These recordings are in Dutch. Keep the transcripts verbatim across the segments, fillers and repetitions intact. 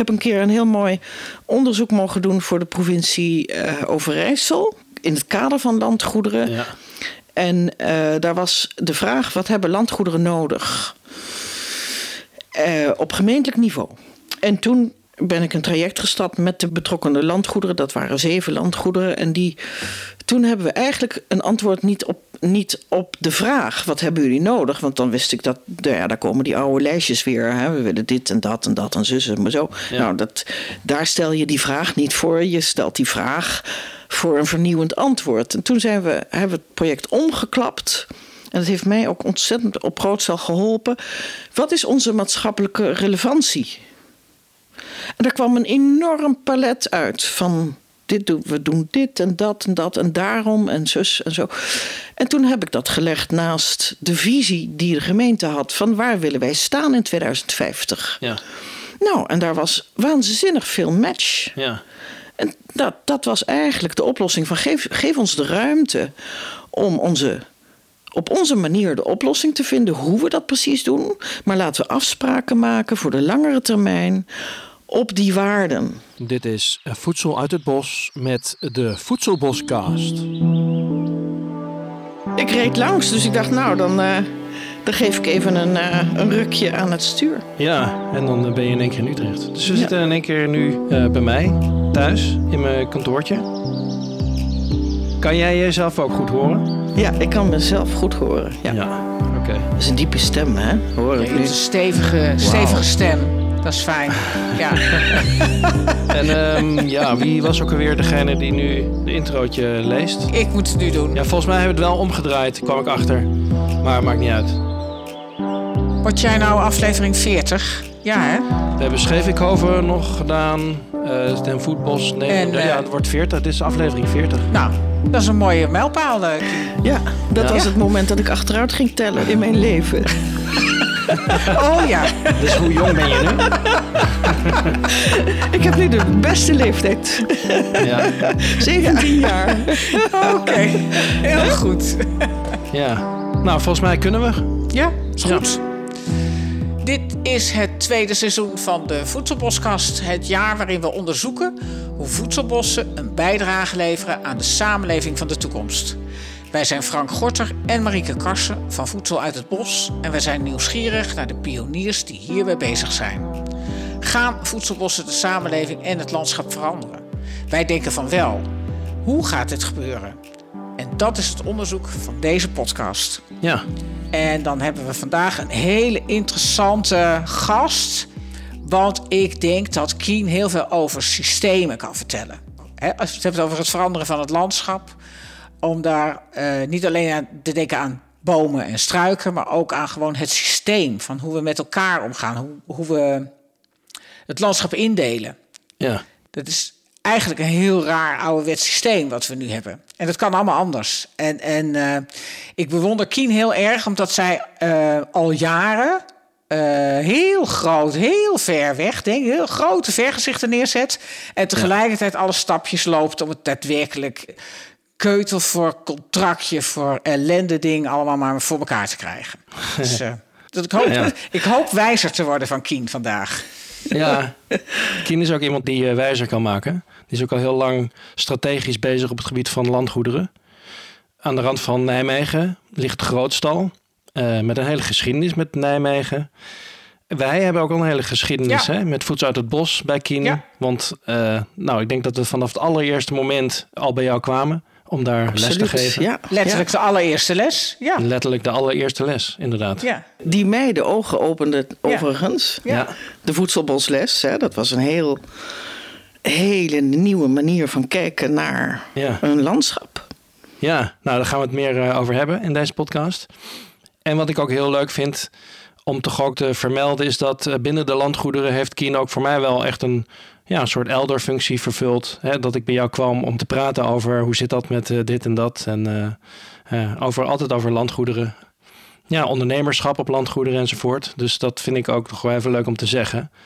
heb een keer een heel mooi onderzoek mogen doen voor de provincie uh, Overijssel. In het kader van landgoederen. Ja. En uh, daar was de vraag, wat hebben landgoederen nodig? Uh, op gemeentelijk niveau. En toen ben ik een traject gestapt met de betrokkenen landgoederen. Dat waren zeven landgoederen. En die, toen hebben we eigenlijk een antwoord niet op, niet op de vraag, wat hebben jullie nodig? Want dan wist ik dat, ja, daar komen die oude lijstjes weer. Hè? We willen dit en dat en dat en zus en maar zo. Ja. Nou, dat, daar stel je die vraag niet voor. Je stelt die vraag voor een vernieuwend antwoord. En toen zijn we, hebben we het project omgeklapt. En dat heeft mij ook ontzettend op groot schaal geholpen. Wat is onze maatschappelijke relevantie? En daar kwam een enorm palet uit van dit doen, we doen dit en dat en dat en daarom en zus en zo. En toen heb ik dat gelegd naast de visie die de gemeente had van waar willen wij staan in tweeduizend vijftig. Ja. Nou, en daar was waanzinnig veel match. Ja. En dat, dat was eigenlijk de oplossing van geef, geef ons de ruimte om onze, op onze manier de oplossing te vinden, hoe we dat precies doen. Maar laten we afspraken maken voor de langere termijn op die waarden. Dit is Voedsel uit het Bos met de Voedselboscast. Ik reed langs, dus ik dacht nou, dan, uh, dan geef ik even een, uh, een rukje aan het stuur. Ja, en dan ben je in één keer in Utrecht. Dus we ja. zitten in één keer nu uh, bij mij, thuis, in mijn kantoortje. Kan jij jezelf ook goed horen? Ja, ik kan mezelf goed horen. Ja, ja oké. Okay. Dat is een diepe stem, hè? Hoor ik ja, nu. Een stevige, stevige wow. stem. Dat is fijn. Ja. En um, ja, wie was ook alweer degene die nu de introotje leest? Ik moet het nu doen. Ja, volgens mij hebben we het wel omgedraaid, kwam ik achter. Maar het maakt niet uit. Word jij nou aflevering veertig? Ja, hè? We hebben Schevikhoven nog gedaan. Uh, Den Voetbos. Nee, en, uh, ja, het wordt veertig. Dit is aflevering veertig. Nou, dat is een mooie mijlpaal. Ja, dat ja. was het moment dat ik achteruit ging tellen in mijn leven. Oh ja. Dus hoe jong ben je nu? Ik heb nu de beste leeftijd. Ja. zeventien ja. jaar. Oké, okay. Heel goed. Ja, nou volgens mij kunnen we. Ja, is goed. Ja. Dit is het tweede seizoen van de Voedselboskast. Het jaar waarin we onderzoeken hoe voedselbossen een bijdrage leveren aan de samenleving van de toekomst. Wij zijn Frank Gorter en Marieke Karsen van Voedsel uit het Bos. En wij zijn nieuwsgierig naar de pioniers die hierbij bezig zijn. Gaan voedselbossen de samenleving en het landschap veranderen? Wij denken van wel. Hoe gaat dit gebeuren? En dat is het onderzoek van deze podcast. Ja. En dan hebben we vandaag een hele interessante gast. Want ik denk dat Kien heel veel over systemen kan vertellen. He, als je het hebt over het veranderen van het landschap. Om daar uh, niet alleen aan te denken aan bomen en struiken, maar ook aan gewoon het systeem van hoe we met elkaar omgaan, hoe, hoe we het landschap indelen. Ja. Dat is eigenlijk een heel raar ouderwets systeem wat we nu hebben. En dat kan allemaal anders. En, en uh, ik bewonder Kien heel erg, omdat zij uh, al jaren uh, heel groot, heel ver weg, denk ik, heel grote vergezichten neerzet. En tegelijkertijd ja. alle stapjes loopt om het daadwerkelijk keutel voor contractje, voor ellende ding allemaal maar voor elkaar te krijgen. Dus uh, dat ik, hoop, ja, ja. ik hoop wijzer te worden van Kien vandaag. Ja, Kien is ook iemand die uh, wijzer kan maken. Die is ook al heel lang strategisch bezig op het gebied van landgoederen. Aan de rand van Nijmegen ligt Grootstal. Uh, met een hele geschiedenis met Nijmegen. Wij hebben ook al een hele geschiedenis ja. hè, met Voedsel uit het Bos bij Kien. Ja. Want uh, nou, ik denk dat we vanaf het allereerste moment al bij jou kwamen om daar Absoluut. les te geven. Ja. Letterlijk ja. de allereerste les. Ja. Letterlijk de allereerste les, inderdaad. Ja. Die mij de ogen opende overigens. Ja. Ja. De voedselbosles, hè, dat was een heel, hele nieuwe manier van kijken naar ja. een landschap. Ja, nou daar gaan we het meer uh, over hebben in deze podcast. En wat ik ook heel leuk vind om toch ook te vermelden is dat uh, binnen de landgoederen heeft Kien ook voor mij wel echt een, ja, een soort elderfunctie vervuld. Hè? Dat ik bij jou kwam om te praten over hoe zit dat met uh, dit en dat. En uh, uh, over, altijd over landgoederen. Ja, ondernemerschap op landgoederen enzovoort. Dus dat vind ik ook nog wel even leuk om te zeggen.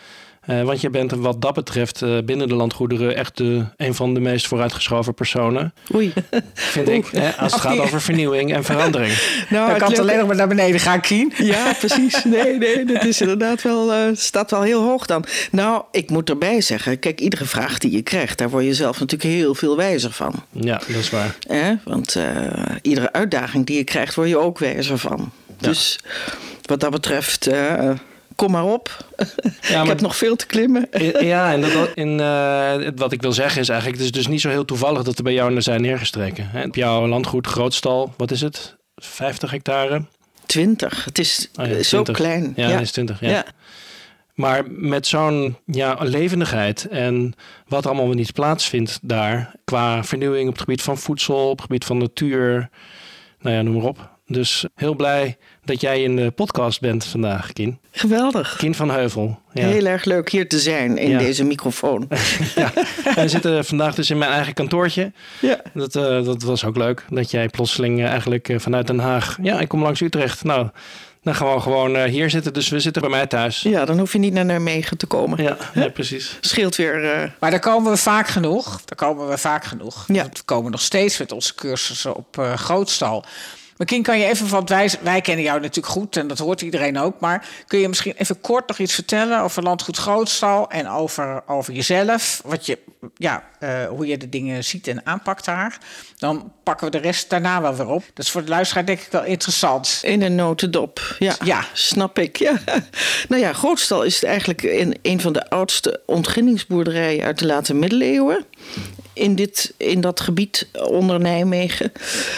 Uh, want je bent wat dat betreft uh, binnen de landgoederen echt de, een van de meest vooruitgeschoven personen. Oei. Vind ik, hè, als het gaat over vernieuwing en verandering. Nou, dan kan het alleen nog maar naar beneden gaan, Kien. Ja, precies. Nee, nee, dat is inderdaad wel, uh, staat wel heel hoog dan. Nou, ik moet erbij zeggen, kijk, iedere vraag die je krijgt, daar word je zelf natuurlijk heel veel wijzer van. Ja, dat is waar. Eh, want uh, iedere uitdaging die je krijgt, word je ook wijzer van. Ja. Dus wat dat betreft, uh, kom maar op. Ja, ik heb nog veel te klimmen. Ja, en dat, in, uh, wat ik wil zeggen is eigenlijk, het is dus niet zo heel toevallig dat er bij jou zijn neergestreken. Hè? Op jouw landgoed Grootstal, wat is het? vijftig hectare? twintig. Het is oh ja, zo twintig. klein. Ja, ja. het is twintig. Ja. Ja. Maar met zo'n ja, levendigheid en wat allemaal niet plaatsvindt daar, qua vernieuwing op het gebied van voedsel, op het gebied van natuur, nou ja, noem maar op. Dus heel blij dat jij in de podcast bent vandaag, Kien. Geweldig. Kien van Heuvel. Ja. Heel erg leuk hier te zijn in ja. deze microfoon. Ja. We zitten vandaag dus in mijn eigen kantoortje. Ja. Dat, uh, dat was ook leuk, dat jij plotseling uh, eigenlijk uh, vanuit Den Haag... Ja, ik kom langs Utrecht. Nou, dan gaan we gewoon uh, hier zitten. Dus we zitten bij mij thuis. Ja, dan hoef je niet naar Nijmegen te komen. Ja, ja precies. Scheelt weer... Uh... Maar daar komen we vaak genoeg. Daar komen we vaak genoeg. Ja. We komen nog steeds met onze cursussen op uh, Grootstal. Maar Kien, kan je even, want wij, wij kennen jou natuurlijk goed en dat hoort iedereen ook. Maar kun je misschien even kort nog iets vertellen over Landgoed Grootstal en over, over jezelf? Wat je, ja, uh, hoe je de dingen ziet en aanpakt daar. Dan pakken we de rest daarna wel weer op. Dat is voor de luisteraar denk ik wel interessant. In een notendop, ja, ja. Snap ik. Ja. Nou ja, Grootstal is eigenlijk in, een van de oudste ontginningsboerderijen uit de late middeleeuwen. In, dit, in dat gebied onder Nijmegen.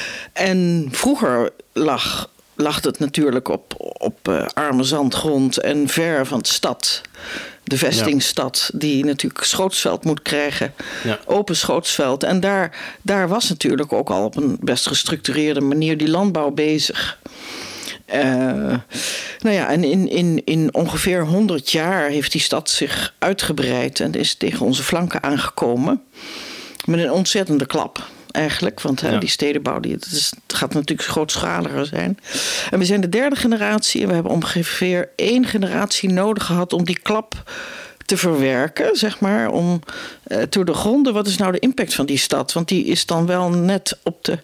En vroeger lag, lag het natuurlijk op, op uh, arme zandgrond en ver van de stad. De vestingstad, ja. Die natuurlijk schootsveld moet krijgen. Ja. Open schootsveld. En daar, daar was natuurlijk ook al op een best gestructureerde manier die landbouw bezig. Uh, nou ja, en in, in, in ongeveer honderd jaar heeft die stad zich uitgebreid en is tegen onze flanken aangekomen. Met een ontzettende klap. Eigenlijk, want ja. hè, die stedenbouw die, het, is, het gaat natuurlijk grootschaliger zijn. En we zijn de derde generatie en we hebben ongeveer één generatie nodig gehad om die klap te verwerken, zeg maar. Om uh, te doorgronden, wat is nou de impact van die stad? Want die is dan wel net op de...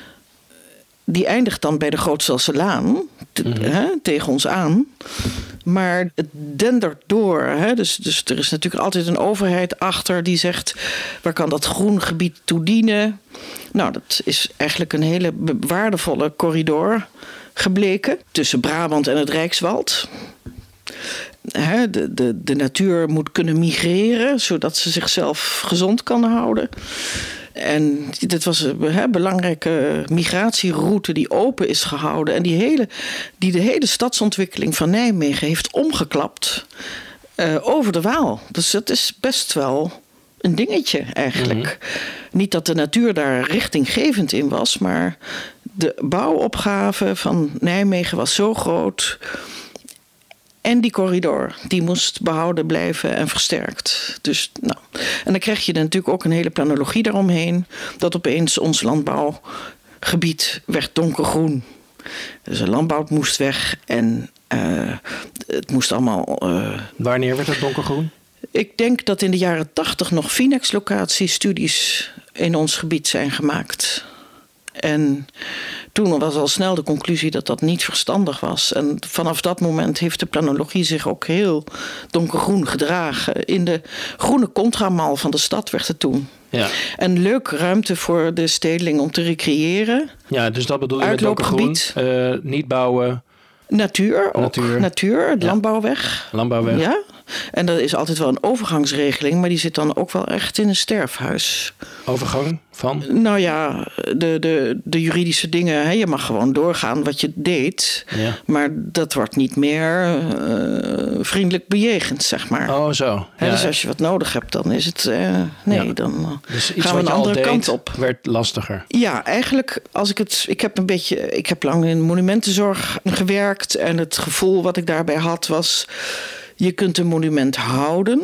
Die eindigt dan bij de Grootstalse Laan, te, mm-hmm. hè, tegen ons aan. Maar het dendert door. Hè? Dus, dus er is natuurlijk altijd een overheid achter die zegt... waar kan dat groen gebied toe dienen? Nou, dat is eigenlijk een hele waardevolle corridor gebleken... tussen Brabant en het Rijkswald. Hè, de, de, de natuur moet kunnen migreren... zodat ze zichzelf gezond kan houden... En dit was een belangrijke migratieroute die open is gehouden. En die, hele, die de hele stadsontwikkeling van Nijmegen heeft omgeklapt uh, over de Waal. Dus dat is best wel een dingetje eigenlijk. Mm-hmm. Niet dat de natuur daar richtinggevend in was, maar de bouwopgave van Nijmegen was zo groot... En die corridor, die moest behouden blijven en versterkt. Dus, nou. En dan krijg je natuurlijk ook een hele planologie daaromheen. Dat opeens ons landbouwgebied werd donkergroen. Dus de landbouw moest weg en uh, het moest allemaal... Uh, Wanneer werd het donkergroen? Ik denk dat in de jaren tachtig nog Finex-locatiestudies in ons gebied zijn gemaakt. En toen was al snel de conclusie dat dat niet verstandig was. En vanaf dat moment heeft de planologie zich ook heel donkergroen gedragen. In de groene contramal van de stad werd het toen. Ja. En leuk ruimte voor de stedeling om te recreëren. Ja, dus dat bedoel je met donkergroen? Uh, niet bouwen. Natuur, ook. Natuur, Natuur ja. Landbouwweg. Landbouwweg. Ja. En er is altijd wel een overgangsregeling, maar die zit dan ook wel echt in een sterfhuis. Overgang van? Nou ja, de, de, de juridische dingen. Hè, je mag gewoon doorgaan wat je deed. Ja. Maar dat wordt niet meer uh, vriendelijk bejegend, zeg maar. Oh, zo. Hè, ja. Dus als je wat nodig hebt, dan is het... Uh, nee, ja. dan dus gaan we een andere kant op. Werd lastiger. Ja, eigenlijk als ik het... Ik heb een beetje... Ik heb lang in monumentenzorg gewerkt. En het gevoel wat ik daarbij had was... Je kunt een monument houden.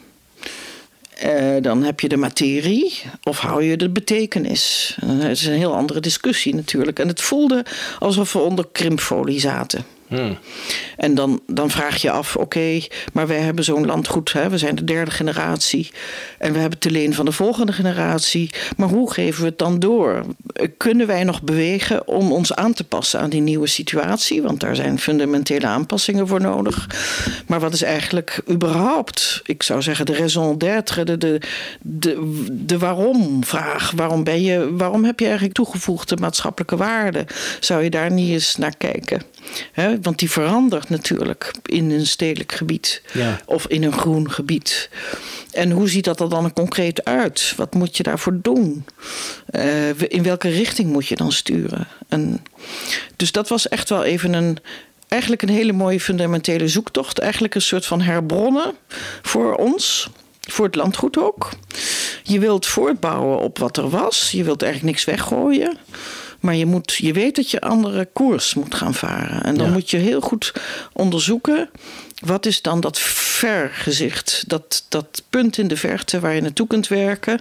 Uh, dan heb je de materie. Of hou je de betekenis. Dat is een heel andere discussie natuurlijk. En het voelde alsof we onder krimpfolie zaten. Hmm. En dan, dan vraag je af, oké, okay, maar wij hebben zo'n landgoed, hè, we zijn de derde generatie en we hebben te leen van de volgende generatie. Maar hoe geven we het dan door? Kunnen wij nog bewegen om ons aan te passen aan die nieuwe situatie? Want daar zijn fundamentele aanpassingen voor nodig. Maar wat is eigenlijk überhaupt, ik zou zeggen, de raison d'être, de, de, de, de waarom-vraag. Waarom, ben je, waarom heb je eigenlijk toegevoegde maatschappelijke waarde? Zou je daar niet eens naar kijken? He, want die verandert natuurlijk in een stedelijk gebied. Ja. Of in een groen gebied. En hoe ziet dat er dan concreet uit? Wat moet je daarvoor doen? Uh, in welke richting moet je dan sturen? En dus dat was echt wel even een... Eigenlijk een hele mooie fundamentele zoektocht. Eigenlijk een soort van herbronnen voor ons. Voor het landgoed ook. Je wilt voortbouwen op wat er was. Je wilt eigenlijk niks weggooien. Maar je, moet, je weet dat je andere koers moet gaan varen. En dan ja. moet je heel goed onderzoeken... wat is dan dat vergezicht? Dat, dat punt in de verte waar je naartoe kunt werken.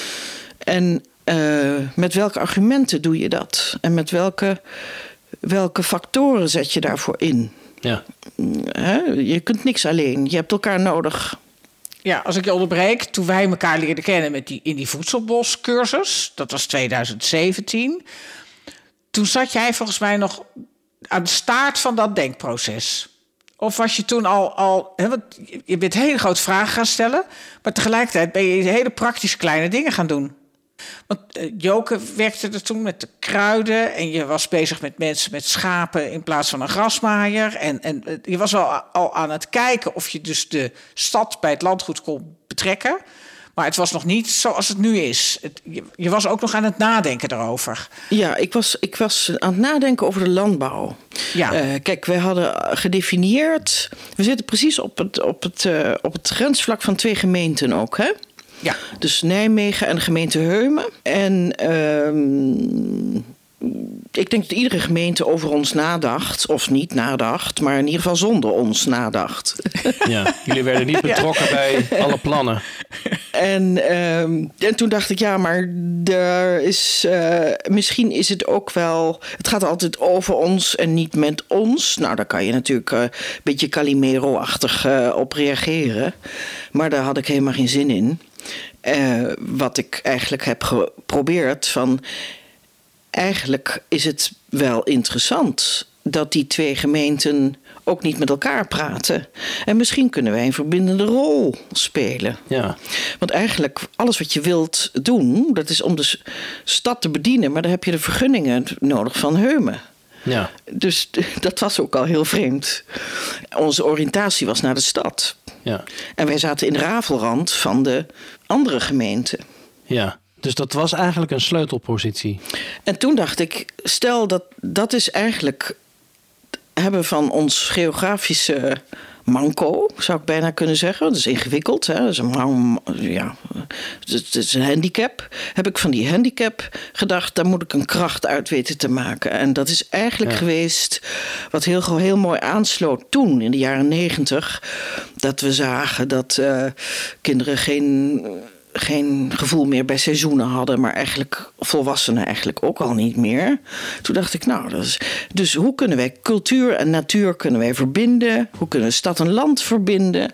En uh, met welke argumenten doe je dat? En met welke, welke factoren zet je daarvoor in? Ja. He? Je kunt niks alleen. Je hebt elkaar nodig... Ja, als ik je onderbreek, toen wij elkaar leerden kennen met die, in die voedselboscursus, dat was twintig zeventien, toen zat jij volgens mij nog aan de staart van dat denkproces. Of was je toen al, al hè, want je bent hele grote vragen gaan stellen, maar tegelijkertijd ben je hele praktische kleine dingen gaan doen. Want uh, Joke werkte er toen met de kruiden en je was bezig met mensen met schapen in plaats van een grasmaaier. En, en uh, je was wel al aan het kijken of je dus de stad bij het landgoed kon betrekken. Maar het was nog niet zoals het nu is. Het, je, je was ook nog aan het nadenken daarover. Ja, ik was, ik was aan het nadenken over de landbouw. Ja. Uh, kijk, wij hadden gedefinieerd... We zitten precies op het, op het, uh, op het grensvlak van twee gemeenten ook, hè? Ja. Dus Nijmegen en de gemeente Heumen. En uh, ik denk dat iedere gemeente over ons nadacht. Of niet nadacht, maar in ieder geval zonder ons nadacht. Ja, jullie werden niet betrokken ja. bij alle plannen. En, uh, en toen dacht ik, ja, maar er is, uh, misschien is het ook wel... Het gaat altijd over ons en niet met ons. Nou, daar kan je natuurlijk uh, een beetje Calimero-achtig uh, op reageren. Maar daar had ik helemaal geen zin in. Uh, wat ik eigenlijk heb geprobeerd van... Eigenlijk is het wel interessant dat die twee gemeenten ook niet met elkaar praten. En misschien kunnen wij een verbindende rol spelen. Ja. Want eigenlijk alles wat je wilt doen, dat is om de stad te bedienen, maar dan heb je de vergunningen nodig van Heumen. Ja. Dus dat was ook al heel vreemd. Onze oriëntatie was naar de stad. Ja. En wij zaten in de rafelrand van de andere gemeente. Ja. Dus dat was eigenlijk een sleutelpositie. En toen dacht ik, stel dat dat is eigenlijk hebben van ons geografische manco, zou ik bijna kunnen zeggen. Dat is ingewikkeld, hè? Dat is een, ja, dat is een handicap. Heb ik van die handicap gedacht, daar moet ik een kracht uit weten te maken. En dat is eigenlijk ja. geweest wat heel, heel mooi aansloot toen, in de jaren negentig. Dat we zagen dat uh, kinderen geen... geen gevoel meer bij seizoenen hadden, maar eigenlijk volwassenen eigenlijk ook al niet meer. Toen dacht ik, nou, dat is, dus hoe kunnen wij cultuur en natuur kunnen wij verbinden? Hoe kunnen we stad en land verbinden?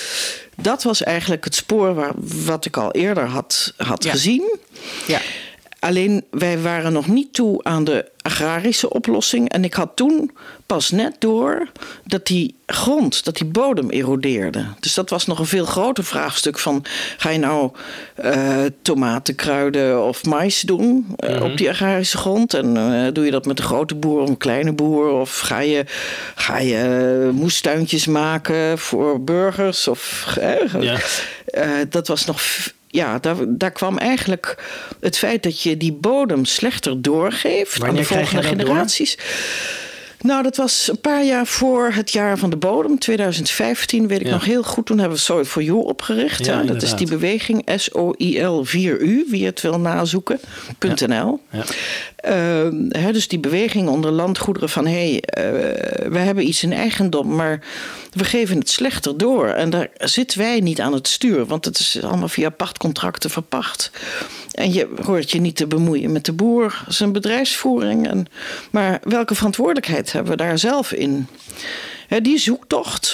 Dat was eigenlijk het spoor waar, wat ik al eerder had, had ja. gezien. Ja. Alleen wij waren nog niet toe aan de agrarische oplossing. En ik had toen pas net door dat die grond, dat die bodem erodeerde. Dus dat was nog een veel groter vraagstuk van... ga je nou uh, tomaten, kruiden of mais doen uh, mm-hmm. op die agrarische grond? En uh, doe je dat met een grote boer of een kleine boer? Of ga je, ga je moestuintjes maken voor burgers? Of, uh, ja. uh, dat was nog... Ja, daar, daar kwam eigenlijk het feit dat je die bodem slechter doorgeeft Wanneer aan de volgende generaties. Door? Nou, dat was een paar jaar voor het jaar van de bodem, twintig vijftien, weet ik ja. nog heel goed. Toen hebben we Soil for You opgericht. Ja, dat is die beweging S O I L vier U, wie het wil nazoeken, .nl. Ja. Ja. Uh, he, dus die beweging onder landgoederen van... hé, hey, uh, we hebben iets in eigendom, maar we geven het slechter door. En daar zitten wij niet aan het stuur, want het is allemaal via pachtcontracten verpacht. En je hoort je niet te bemoeien met de boer, zijn bedrijfsvoering. En, maar welke verantwoordelijkheid hebben we daar zelf in? He, die zoektocht.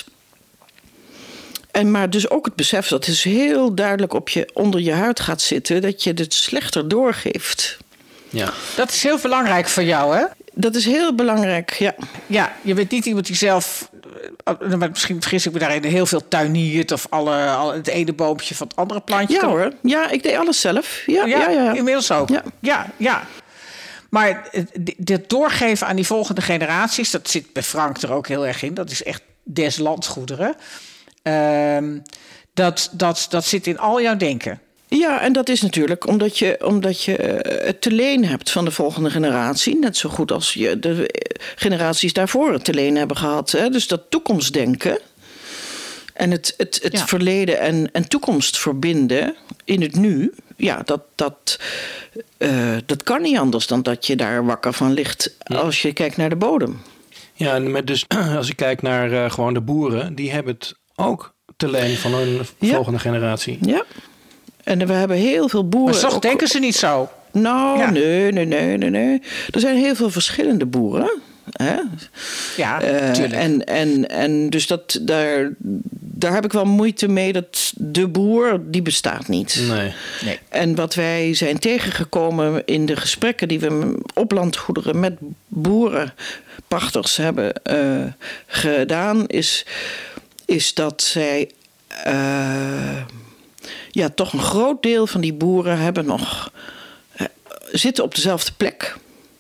En maar dus ook het besef dat het heel duidelijk op je, onder je huid gaat zitten, dat je het slechter doorgeeft. Ja. Dat is heel belangrijk voor jou, hè? Dat is heel belangrijk, ja. Ja, je bent niet iemand die zelf, misschien vergis ik me daarin, heel veel tuiniert of alle, alle, het ene boompje van het andere plantje. Ja hoor, ja, ik deed alles zelf. Ja, ja, ja, ja. Inmiddels ook. Ja, ja. ja. Maar dit doorgeven aan die volgende generaties, dat zit bij Frank er ook heel erg in. Dat is echt des landgoederen. Uh, dat, dat, dat zit in al jouw denken. Ja, en dat is natuurlijk omdat je, omdat je het te leen hebt van de volgende generatie. Net zo goed als je de generaties daarvoor het te leen hebben gehad. Hè? Dus dat toekomstdenken en het, het, het ja. verleden en, en toekomst verbinden in het nu. Ja, dat, dat, uh, dat kan niet anders dan dat je daar wakker van ligt als je kijkt naar de bodem. Ja, en met dus als ik kijk naar uh, gewoon de boeren, die hebben het ook te leen van hun ja. volgende generatie. Ja. En we hebben heel veel boeren. Maar toch ook... denken ze niet zo? Nou, ja. nee, nee, nee, nee, nee. Er zijn heel veel verschillende boeren. Hè? Ja, natuurlijk. Uh, en, en, en dus dat, daar, daar heb ik wel moeite mee dat de boer, die bestaat niet. Nee. nee. En wat wij zijn tegengekomen in de gesprekken die we op landgoederen met boeren, pachters hebben uh, gedaan, is, is dat zij... Uh, Ja, toch een groot deel van die boeren hebben nog, uh, zitten op dezelfde plek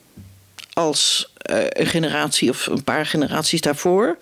als uh, een generatie of een paar generaties daarvoor.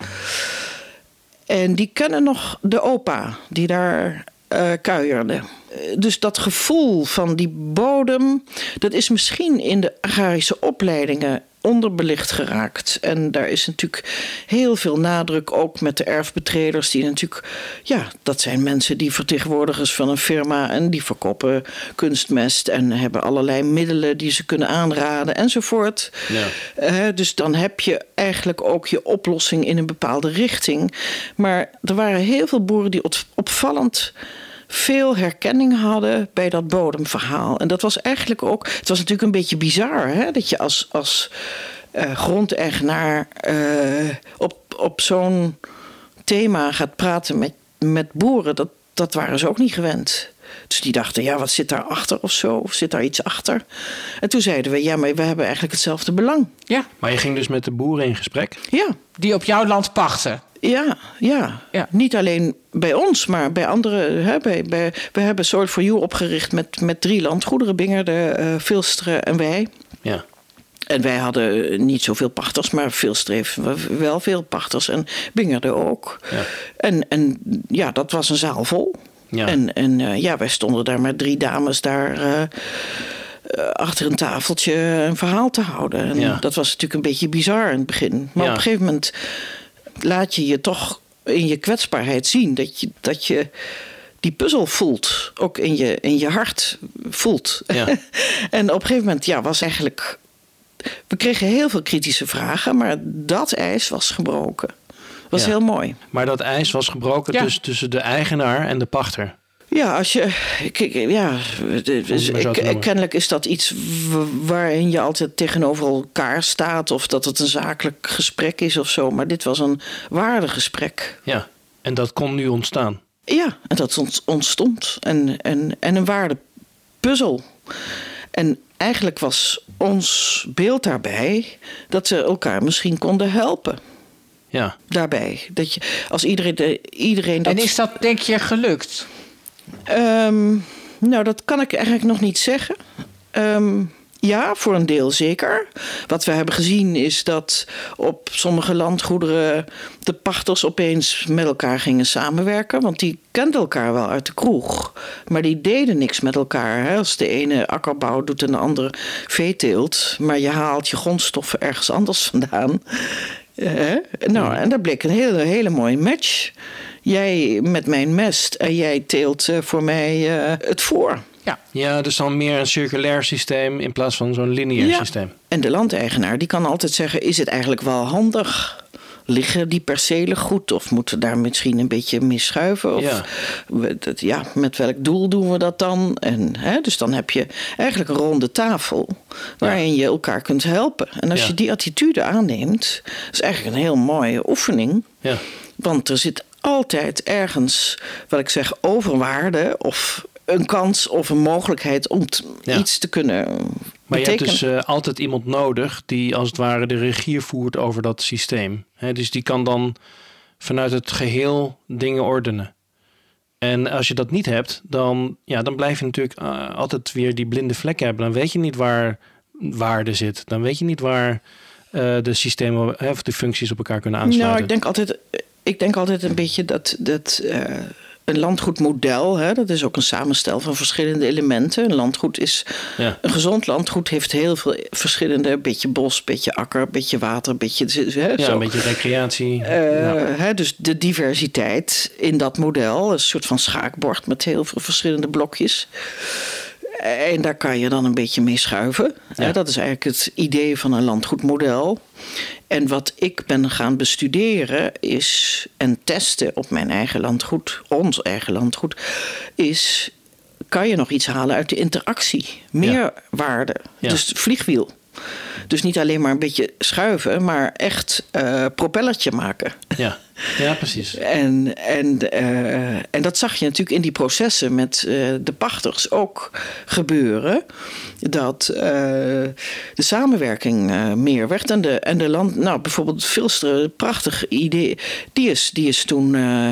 En die kennen nog de opa die daar uh, kuierde. Uh, dus dat gevoel van die bodem, dat is misschien in de agrarische opleidingen onderbelicht geraakt. En daar is natuurlijk heel veel nadruk, ook met de erfbetreders, die natuurlijk, ja, dat zijn mensen die vertegenwoordigers van een firma en die verkopen kunstmest en hebben allerlei middelen die ze kunnen aanraden enzovoort. Ja. Uh, dus dan heb je eigenlijk ook je oplossing in een bepaalde richting. Maar er waren heel veel boeren die opvallend veel herkenning hadden bij dat bodemverhaal. En dat was eigenlijk ook... Het was natuurlijk een beetje bizar, hè? Dat je als, als uh, grondeigenaar uh, op, op zo'n thema gaat praten met, met boeren. Dat, dat waren ze ook niet gewend. Dus die dachten, ja, wat zit daar achter of zo? Of zit daar iets achter? En toen zeiden we, ja, maar we hebben eigenlijk hetzelfde belang. Ja. Maar je ging dus met de boeren in gesprek? Ja. Die op jouw land pachten? Ja, ja, ja. Niet alleen bij ons, maar bij anderen. Hè, bij, bij, we hebben Soil for You opgericht met, met drie landgoederen. Bingerde, uh, Vilstre en wij. Ja. En wij hadden niet zoveel pachters, maar Vilstre heeft wel veel pachters. En Bingerde ook. Ja. En, en ja, dat was een zaal vol. Ja. En, en uh, ja, wij stonden daar met drie dames daar uh, uh, achter een tafeltje een verhaal te houden. En ja. dat was natuurlijk een beetje bizar in het begin. Maar ja. op een gegeven moment laat je je toch in je kwetsbaarheid zien dat je, dat je die puzzel voelt. Ook in je, in je hart voelt. Ja. En op een gegeven moment ja, was eigenlijk... We kregen heel veel kritische vragen, maar dat ijs was gebroken. Dat was ja. heel mooi. Maar dat ijs was gebroken ja. dus tussen de eigenaar en de pachter? Ja, als je. Ja, dus, kennelijk is dat iets waarin je altijd tegenover elkaar staat, of dat het een zakelijk gesprek is of zo. Maar dit was een waardegesprek. Ja, en dat kon nu ontstaan. Ja, en dat ontstond. En, en, en een waardepuzzel. En eigenlijk was ons beeld daarbij dat ze elkaar misschien konden helpen. Ja. Daarbij. Dat je, als iedereen, de, iedereen dat... En is dat, denk je, gelukt? Um, nou, dat kan ik eigenlijk nog niet zeggen. Um, ja, voor een deel zeker. Wat we hebben gezien is dat op sommige landgoederen de pachters opeens met elkaar gingen samenwerken. Want die kenden elkaar wel uit de kroeg. Maar die deden niks met elkaar. Hè? Als de ene akkerbouw doet en de andere veeteelt. Maar je haalt je grondstoffen ergens anders vandaan. Uh, nou, en dat bleek een hele, hele mooie match. Jij met mijn mest en jij teelt uh, voor mij uh, het voor. Ja. ja, dus dan meer een circulair systeem in plaats van zo'n lineair ja. systeem. En de landeigenaar die kan altijd zeggen, is het eigenlijk wel handig liggen die percelen goed? Of moeten we daar misschien een beetje mee schuiven? Of Ja. We, dat, ja, met welk doel doen we dat dan? En, hè, dus dan heb je eigenlijk een ronde tafel waarin ja. je elkaar kunt helpen. En als ja. je die attitude aanneemt, is eigenlijk een heel mooie oefening. Ja. Want er zit altijd ergens, wat ik zeg, overwaarde of een kans of een mogelijkheid om t- ja. iets te kunnen Maar betekenen. je hebt dus uh, altijd iemand nodig die als het ware de regie voert over dat systeem. He, dus die kan dan vanuit het geheel dingen ordenen. En als je dat niet hebt, dan, ja, dan blijf je natuurlijk uh, altijd weer die blinde vlekken hebben. Dan weet je niet waar waarde zit. Dan weet je niet waar uh, de systemen of de functies op elkaar kunnen aansluiten. Nou, ik denk altijd, ik denk altijd een beetje dat... dat uh, een landgoedmodel, hè, dat is ook een samenstel van verschillende elementen. Een landgoed is... Ja. Een gezond landgoed heeft heel veel verschillende... Een beetje bos, een beetje akker, een beetje water, een beetje... Hè, ja, zo. een beetje recreatie. Uh, ja. hè, dus de diversiteit in dat model. Een soort van schaakbord met heel veel verschillende blokjes. En daar kan je dan een beetje mee schuiven. Ja. Hè, dat is eigenlijk het idee van een landgoedmodel. En wat ik ben gaan bestuderen is, en testen op mijn eigen landgoed, ons eigen landgoed, is, kan je nog iets halen uit de interactie? Meer ja. waarde. Ja. Dus het vliegwiel. Dus niet alleen maar een beetje schuiven, maar echt uh, propellertje maken. Ja, ja precies. En, en, uh, en dat zag je natuurlijk in die processen met uh, de pachters ook gebeuren. Dat uh, de samenwerking uh, meer werd. En de, en de land, nou bijvoorbeeld Vilstre, een prachtig idee. Die is, die is toen uh,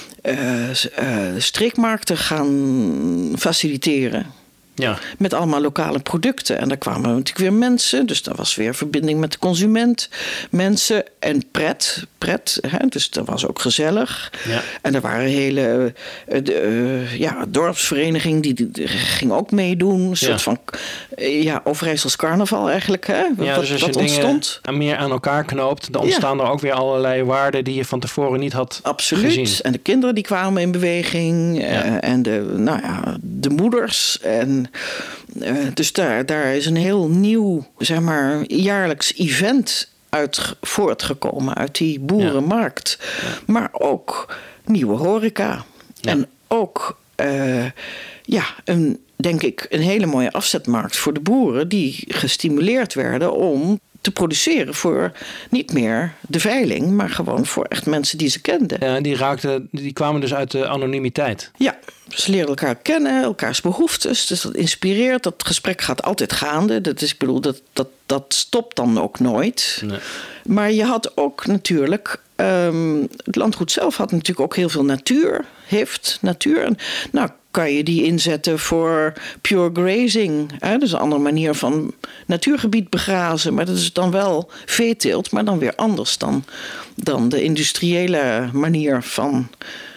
uh, uh, streekmarkten gaan faciliteren. Ja. Met allemaal lokale producten. En daar kwamen natuurlijk weer mensen. Dus dat was weer verbinding met de consument. Mensen en pret. pret hè? Dus dat was ook gezellig. Ja. En er waren hele... Uh, de, uh, ja, dorpsvereniging die, die ging ook meedoen. Een soort ja. van... Uh, ja, Overijssels carnaval eigenlijk. Hè? Ja, wat dus als wat je ontstond. Dingen meer aan elkaar knoopt... dan ontstaan ja. er ook weer allerlei waarden... die je van tevoren niet had Absoluut. gezien. En de kinderen die kwamen in beweging. Ja. Uh, en de, nou ja, de moeders. En uh, dus daar, daar is een heel nieuw, zeg maar, jaarlijks event uit voortgekomen. Uit die boerenmarkt. Ja. Ja. Maar ook nieuwe horeca. Ja. En ook, uh, ja, een, denk ik, een hele mooie afzetmarkt voor de boeren... die gestimuleerd werden om te produceren voor niet meer de veiling... maar gewoon voor echt mensen die ze kenden. Ja, die, raakten, die kwamen dus uit de anonimiteit. Ja, ze leren elkaar kennen, elkaars behoeftes. Dus dat inspireert, dat gesprek gaat altijd gaande. Dat is, ik bedoel, dat, dat, dat stopt dan ook nooit. Nee. Maar je had ook natuurlijk... Um, het landgoed zelf had natuurlijk ook heel veel natuur. Heeft natuur. En, nou, kan je die inzetten voor pure grazing. Hè? Dus een andere manier van natuurgebied begrazen. Maar dat is dan wel veeteelt, maar dan weer anders dan, dan de industriële manier van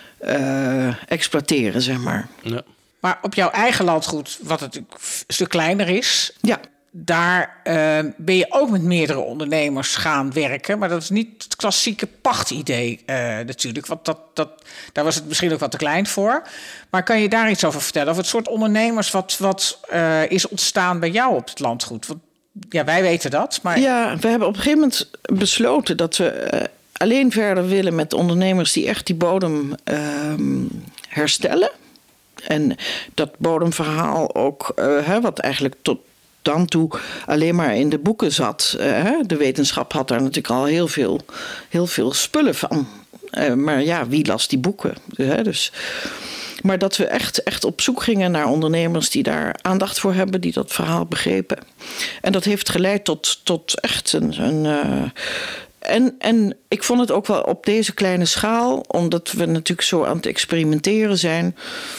uh, exploiteren, zeg maar. Ja. Maar op jouw eigen landgoed, wat natuurlijk een stuk kleiner is... Ja. Daar uh, ben je ook met meerdere ondernemers gaan werken. Maar dat is niet het klassieke pachtidee uh, natuurlijk. Want dat, dat, daar was het misschien ook wat te klein voor. Maar kan je daar iets over vertellen? Of het soort ondernemers wat, wat uh, is ontstaan bij jou op het landgoed? Want, ja, wij weten dat. Maar... Ja, we hebben op een gegeven moment besloten dat we uh, alleen verder willen met ondernemers... die echt die bodem uh, herstellen. En dat bodemverhaal ook, uh, hè, wat eigenlijk tot... dan toe alleen maar in de boeken zat. Uh, de wetenschap had daar natuurlijk al heel veel, heel veel spullen van. Uh, maar ja, wie las die boeken? Uh, dus, maar dat we echt, echt op zoek gingen naar ondernemers... die daar aandacht voor hebben, die dat verhaal begrepen. En dat heeft geleid tot, tot echt een... een uh, en, en ik vond het ook wel op deze kleine schaal... omdat we natuurlijk zo aan het experimenteren zijn...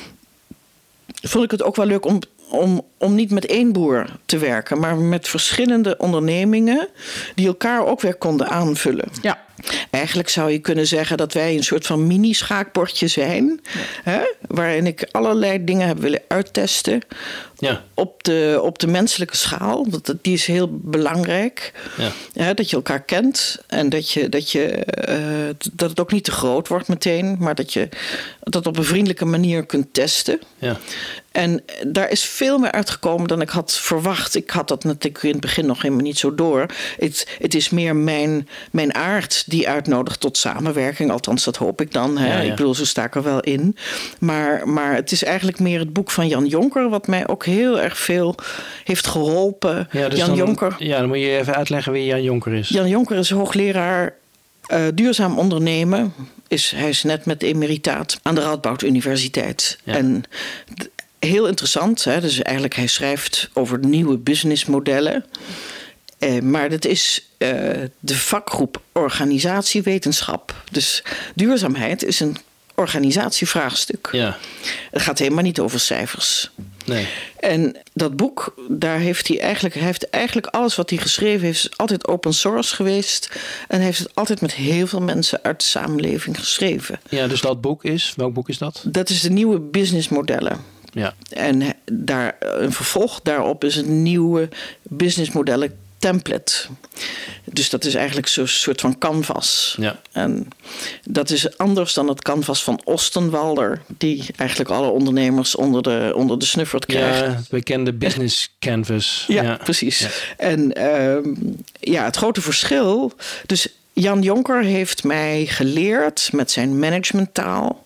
vond ik het ook wel leuk om... Om, om niet met één boer te werken, maar met verschillende ondernemingen... die elkaar ook weer konden aanvullen. Ja. Eigenlijk zou je kunnen zeggen dat wij een soort van mini-schaakbordje zijn... Ja. Hè, waarin ik allerlei dingen heb willen uittesten... Ja. Op, de, op de menselijke schaal. Dat, die is heel belangrijk. Ja. Ja, dat je elkaar kent en dat, je, dat, je, uh, dat het ook niet te groot wordt meteen... maar dat je dat op een vriendelijke manier kunt testen... Ja. En daar is veel meer uitgekomen dan ik had verwacht. Ik had dat natuurlijk in het begin nog helemaal niet zo door. Het, het is meer mijn, mijn aard die uitnodigt tot samenwerking. Althans, dat hoop ik dan. Hè. Ja, ja. Ik bedoel, zo sta ik er wel in. Maar, maar het is eigenlijk meer het boek van Jan Jonker... wat mij ook heel erg veel heeft geholpen. Ja, dus Jan dan, Jonker. Ja, dan moet je even uitleggen wie Jan Jonker is. Jan Jonker is hoogleraar uh, duurzaam ondernemen. Is, hij is net met emeritaat aan de Radboud Universiteit. Ja. En d- heel interessant. Hè? Dus eigenlijk hij schrijft over nieuwe businessmodellen. Uh, maar dat is uh, de vakgroep organisatiewetenschap. Dus duurzaamheid is een organisatievraagstuk. Ja. Het gaat helemaal niet over cijfers. Nee. En dat boek, daar heeft hij eigenlijk, hij heeft eigenlijk alles wat hij geschreven heeft, is altijd open source geweest. En hij heeft het altijd met heel veel mensen uit de samenleving geschreven. Ja, dus dat boek is, welk boek is dat? Dat is de nieuwe businessmodellen. Ja. En daar, een vervolg daarop is een nieuwe businessmodellen template. Dus dat is eigenlijk zo'n soort van canvas. Ja. En dat is anders dan het canvas van Ostenwalder, die eigenlijk alle ondernemers onder de, onder de snuffert krijgt. Ja, het bekende business canvas. Ja, ja. precies. Ja. En uh, ja, het grote verschil. Dus Jan Jonker heeft mij geleerd met zijn managementtaal.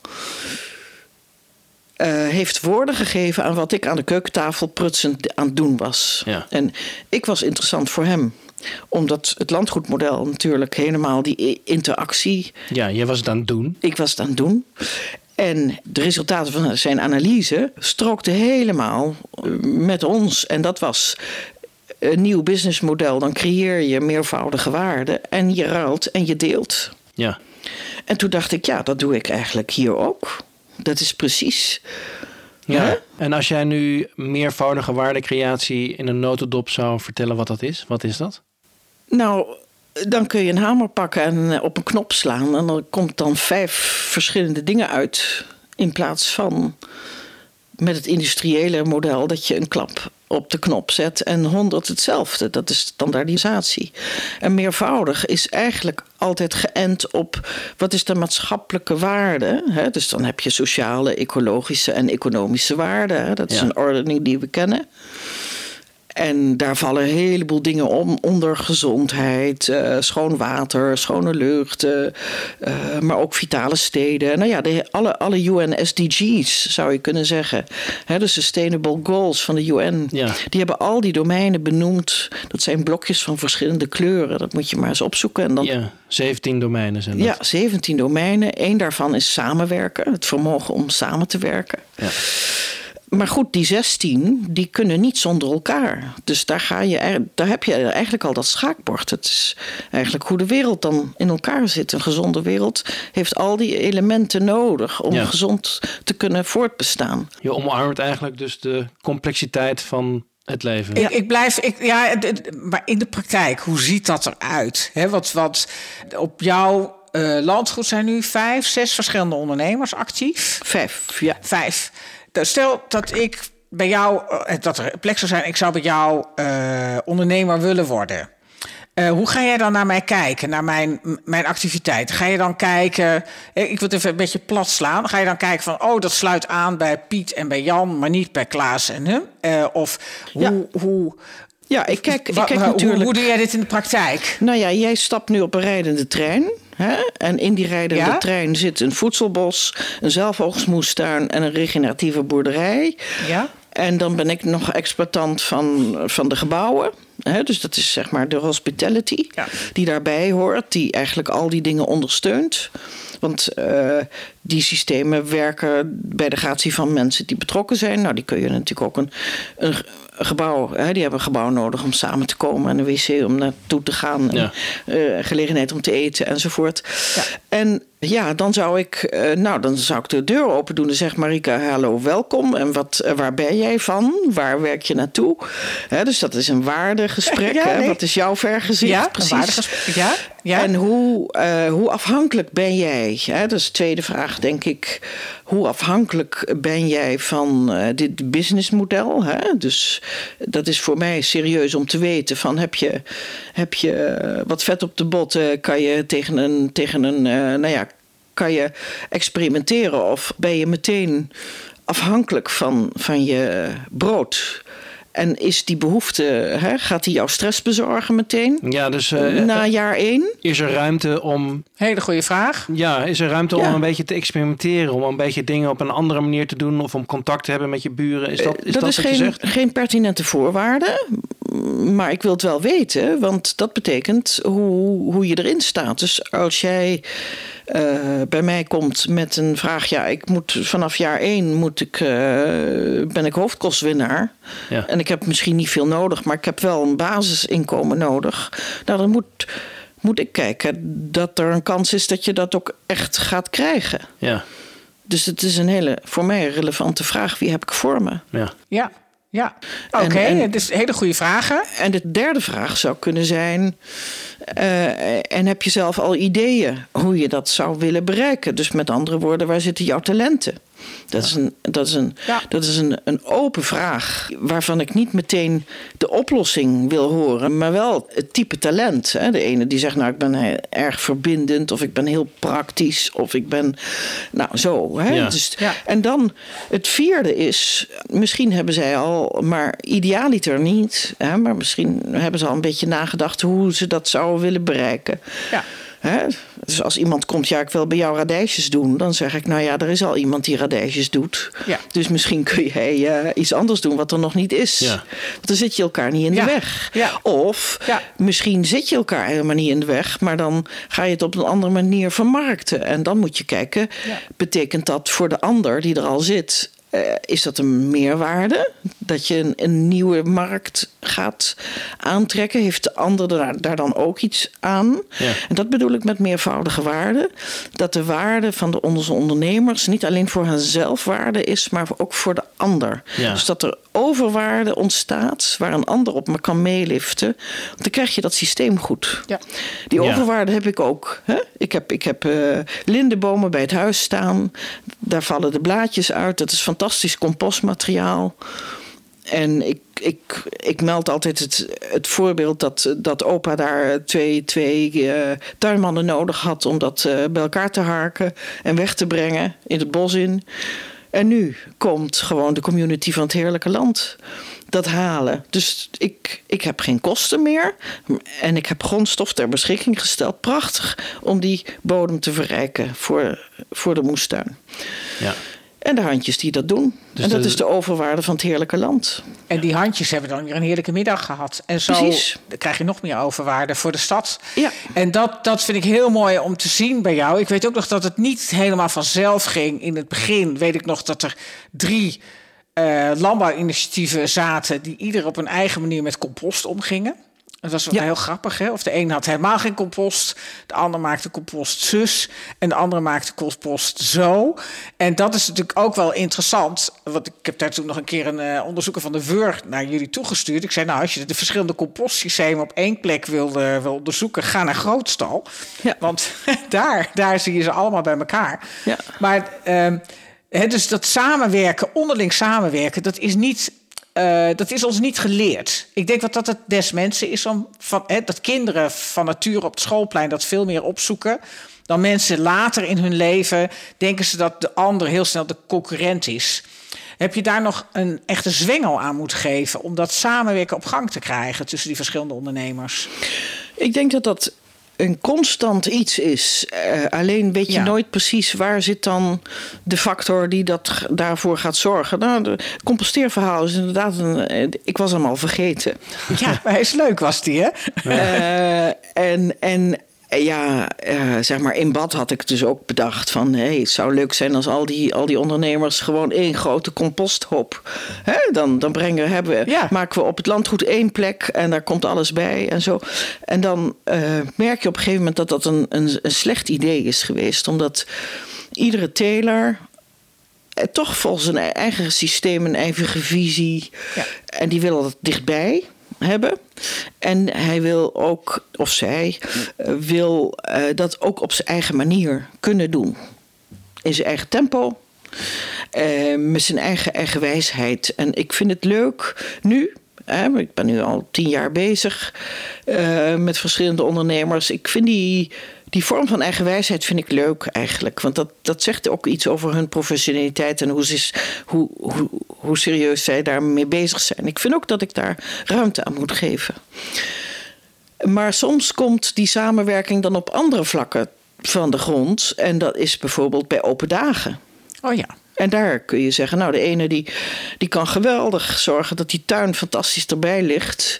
Uh, heeft woorden gegeven aan wat ik aan de keukentafel prutsend aan het doen was. Ja. En ik was interessant voor hem. Omdat het landgoedmodel natuurlijk helemaal die interactie... Ja, jij was het aan het doen. Ik was het aan het doen. En de resultaten van zijn analyse strookten helemaal met ons. En dat was een nieuw businessmodel. Dan creëer je meervoudige waarde en je ruilt en je deelt. Ja. En toen dacht ik, ja, dat doe ik eigenlijk hier ook. Dat is precies. Ja. Huh? En als jij nu meervoudige waardecreatie in een notendop zou vertellen wat dat is, wat is dat? Nou, dan kun je een hamer pakken en op een knop slaan. En er komt dan vijf verschillende dingen uit. In plaats van met het industriële model dat je een klap op de knop zet en honderd hetzelfde. Dat is standaardisatie. En meervoudig is eigenlijk altijd geënt op wat is de maatschappelijke waarde. Hè? Dus dan heb je sociale, ecologische en economische waarden. Hè? Dat is ja. een ordening die we kennen. En daar vallen een heleboel dingen om, onder gezondheid, uh, schoon water, schone lucht, uh, uh, maar ook vitale steden. Nou ja, de, alle, alle U N S D G's zou je kunnen zeggen. He, de Sustainable Goals van de U N. Ja. Die hebben al die domeinen benoemd. Dat zijn blokjes van verschillende kleuren. Dat moet je maar eens opzoeken. En dan, ja, zeventien domeinen zijn dat. Ja, zeventien domeinen. Eén daarvan is samenwerken. Het vermogen om samen te werken. Ja. Maar goed, die zestien, die kunnen niet zonder elkaar. Dus daar, ga je, daar heb je eigenlijk al dat schaakbord. Het is eigenlijk hoe de wereld dan in elkaar zit. Een gezonde wereld heeft al die elementen nodig om ja. gezond te kunnen voortbestaan. Je omarmt eigenlijk dus de complexiteit van het leven. Ik, ik blijf, ik, ja, maar in de praktijk, hoe ziet dat eruit? He, wat, wat op jouw uh, landgoed zijn nu vijf, zes verschillende ondernemers actief? Vijf, ja. Vijf. Stel dat ik bij jou, dat er plek zou zijn, ik zou bij jou uh, ondernemer willen worden. Uh, hoe ga jij dan naar mij kijken, naar mijn, mijn activiteit? Ga je dan kijken, ik wil het even een beetje plat slaan. Ga je dan kijken van, oh, dat sluit aan bij Piet en bij Jan, maar niet bij Klaas en hem? Uh, of hoe... Ja. hoe Ja, ik kijk, ik kijk hoe, natuurlijk... Hoe doe jij dit in de praktijk? Nou ja, jij stapt nu op een rijdende trein. Hè? En in die rijdende ja? trein zit een voedselbos, een zelfoogstmoestuin en een regeneratieve boerderij. Ja. En dan ben ik nog exploitant van, van de gebouwen. Hè? Dus dat is zeg maar de hospitality ja. die daarbij hoort. Die eigenlijk al die dingen ondersteunt. Want uh, die systemen werken bij de gratie van mensen die betrokken zijn. Nou, die kun je natuurlijk ook een, een gebouw... Hè, die hebben een gebouw nodig om samen te komen... en een wc om naartoe te gaan... en ja. uh, gelegenheid om te eten enzovoort. Ja. En ja, dan zou ik... Uh, nou, dan zou ik de deur open doen en zeg... Marika, hallo, welkom. En wat, uh, waar ben jij van? Waar werk je naartoe? Hè, dus dat is een waardegesprek. Ja, nee. Hè? Wat is jouw vergezicht? Ja, precies. Ja, ja. En hoe, uh, hoe afhankelijk ben jij? Hè? Dat is de tweede vraag, denk ik. Hoe afhankelijk ben jij van uh, dit businessmodel? Hè? Dus dat is voor mij serieus om te weten. Van heb je, heb je uh, wat vet op de botten? Kan je tegen een, tegen een uh, nou ja, kan je experimenteren? Of ben je meteen afhankelijk van, van je brood. En is die behoefte, hè, gaat die jouw stress bezorgen meteen? Ja, dus uh, na jaar één? Is er ruimte om... Hele goede vraag. Ja, is er ruimte ja. om een beetje te experimenteren, om een beetje dingen op een andere manier te doen, of om contact te hebben met je buren? Is dat, is dat, dat is wat geen, je zegt? geen pertinente voorwaarde. Maar ik wil het wel weten, want dat betekent hoe, hoe je erin staat. Dus als jij uh, bij mij komt met een vraag... ja, ik moet vanaf jaar één moet ik, uh, ben ik hoofdkostwinnaar. Ja. En ik heb misschien niet veel nodig, maar ik heb wel een basisinkomen nodig. Nou, dan moet, moet ik kijken dat er een kans is dat je dat ook echt gaat krijgen. Ja. Dus het is een hele, voor mij een relevante vraag. Wie heb ik voor me? Ja. Ja. Ja, oké. Okay. Het is hele goede vragen. En de derde vraag zou kunnen zijn... Uh, en heb je zelf al ideeën hoe je dat zou willen bereiken? Dus met andere woorden, waar zitten jouw talenten? Dat ja. is, een, dat is, een, ja. dat is een, een open vraag waarvan ik niet meteen de oplossing wil horen, maar wel het type talent. Hè? De ene die zegt, nou, ik ben erg verbindend, of ik ben heel praktisch, of ik ben, nou, zo. Hè? Ja. Dus, ja. En dan het vierde is, misschien hebben zij al, maar idealiter niet, hè? Maar misschien hebben ze al een beetje nagedacht hoe ze dat zouden willen bereiken. Ja. Hè? Dus als iemand komt, ja, ik wil bij jou radijsjes doen, dan zeg ik, nou ja, er is al iemand die radijsjes doet. Ja. Dus misschien kun jij uh, iets anders doen wat er nog niet is. Ja. Want dan zit je elkaar niet in ja. de weg. Ja. Of ja. misschien zit je elkaar helemaal niet in de weg, maar dan ga je het op een andere manier vermarkten. En dan moet je kijken, ja. betekent dat voor de ander die er al zit, Uh, is dat een meerwaarde? Dat je een, een nieuwe markt gaat aantrekken? Heeft de ander daar, daar dan ook iets aan? Ja. En dat bedoel ik met meervoudige waarde. Dat de waarde van de onze ondernemers niet alleen voor henzelf waarde is, maar ook voor de ander. Ja. Dus dat er overwaarde ontstaat waar een ander op me kan meeliften. Want dan krijg je dat systeem goed. Ja. Die overwaarde ja. heb ik ook. Hè? Ik heb, ik heb uh, lindenbomen bij het huis staan. Daar vallen de blaadjes uit. Dat is fantastisch compostmateriaal. En ik, ik, ik meld altijd het, het voorbeeld dat, dat opa daar twee, twee uh, tuinmannen nodig had om dat uh, bij elkaar te harken en weg te brengen in het bos in. En nu komt gewoon de community van het Heerlijke Land dat halen. Dus ik, ik heb geen kosten meer. En ik heb grondstof ter beschikking gesteld. Prachtig om die bodem te verrijken voor, voor de moestuin. Ja. En de handjes die dat doen. Dus en dat de... is de overwaarde van het Heerlijke Land. En die handjes hebben dan weer een heerlijke middag gehad. En zo Precies. krijg je nog meer overwaarde voor de stad. Ja. En dat, dat vind ik heel mooi om te zien bij jou. Ik weet ook nog dat het niet helemaal vanzelf ging. In het begin weet ik nog dat er drie uh, landbouwinitiatieven zaten... die ieder op een eigen manier met compost omgingen. Dat was wel ja. heel grappig, hè? Of de een had helemaal geen compost, de ander maakte compost zus en de andere maakte compost zo. En dat is natuurlijk ook wel interessant, want ik heb daar toen nog een keer een uh, onderzoeker van de W U R naar jullie toegestuurd. Ik zei, nou, als je de verschillende compostsystemen op één plek wil, uh, wil onderzoeken, ga naar Grootstal. Ja. Want daar, daar zie je ze allemaal bij elkaar. Ja. Maar uh, he, dus dat samenwerken, onderling samenwerken, dat is niet... Uh, dat is ons niet geleerd. Ik denk dat dat het des mensen is om van, hè, dat kinderen van nature op het schoolplein dat veel meer opzoeken. Dan mensen later in hun leven denken ze dat de ander heel snel de concurrent is. Heb je daar nog een echte zwengel aan moeten geven om dat samenwerken op gang te krijgen tussen die verschillende ondernemers? Ik denk dat dat een constant iets is. Uh, alleen weet je ja. nooit precies waar zit dan de factor die dat daarvoor gaat zorgen. Nou, de composteerverhaal is inderdaad een... Ik was hem al vergeten. Ja, maar hij is leuk, was die, hè? Uh, en... en Ja, uh, zeg maar, in bad had ik dus ook bedacht van... Hey, het zou leuk zijn als al die, al die ondernemers gewoon één grote composthoop... Hè, dan, dan brengen, hebben, ja. maken we op het landgoed één plek en daar komt alles bij en zo. En dan uh, merk je op een gegeven moment dat dat een, een, een slecht idee is geweest. Omdat iedere teler... toch volgens een eigen systeem, een eigen visie... Ja. En die wil dat dichtbij... hebben. En hij wil ook, of zij, uh, wil uh, dat ook op zijn eigen manier kunnen doen. In zijn eigen tempo. Uh, met zijn eigen, eigen wijsheid. En ik vind het leuk nu... Hè, ik ben nu al tien jaar bezig uh, met verschillende ondernemers. Ik vind die, die vorm van eigenwijsheid vind ik leuk eigenlijk. Want dat, dat zegt ook iets over hun professionaliteit en hoe, ze, hoe, hoe, hoe serieus zij daarmee bezig zijn. Ik vind ook dat ik daar ruimte aan moet geven. Maar soms komt die samenwerking dan op andere vlakken van de grond. En dat is bijvoorbeeld bij open dagen. Oh ja. En daar kun je zeggen, nou de ene die, die kan geweldig zorgen dat die tuin fantastisch erbij ligt.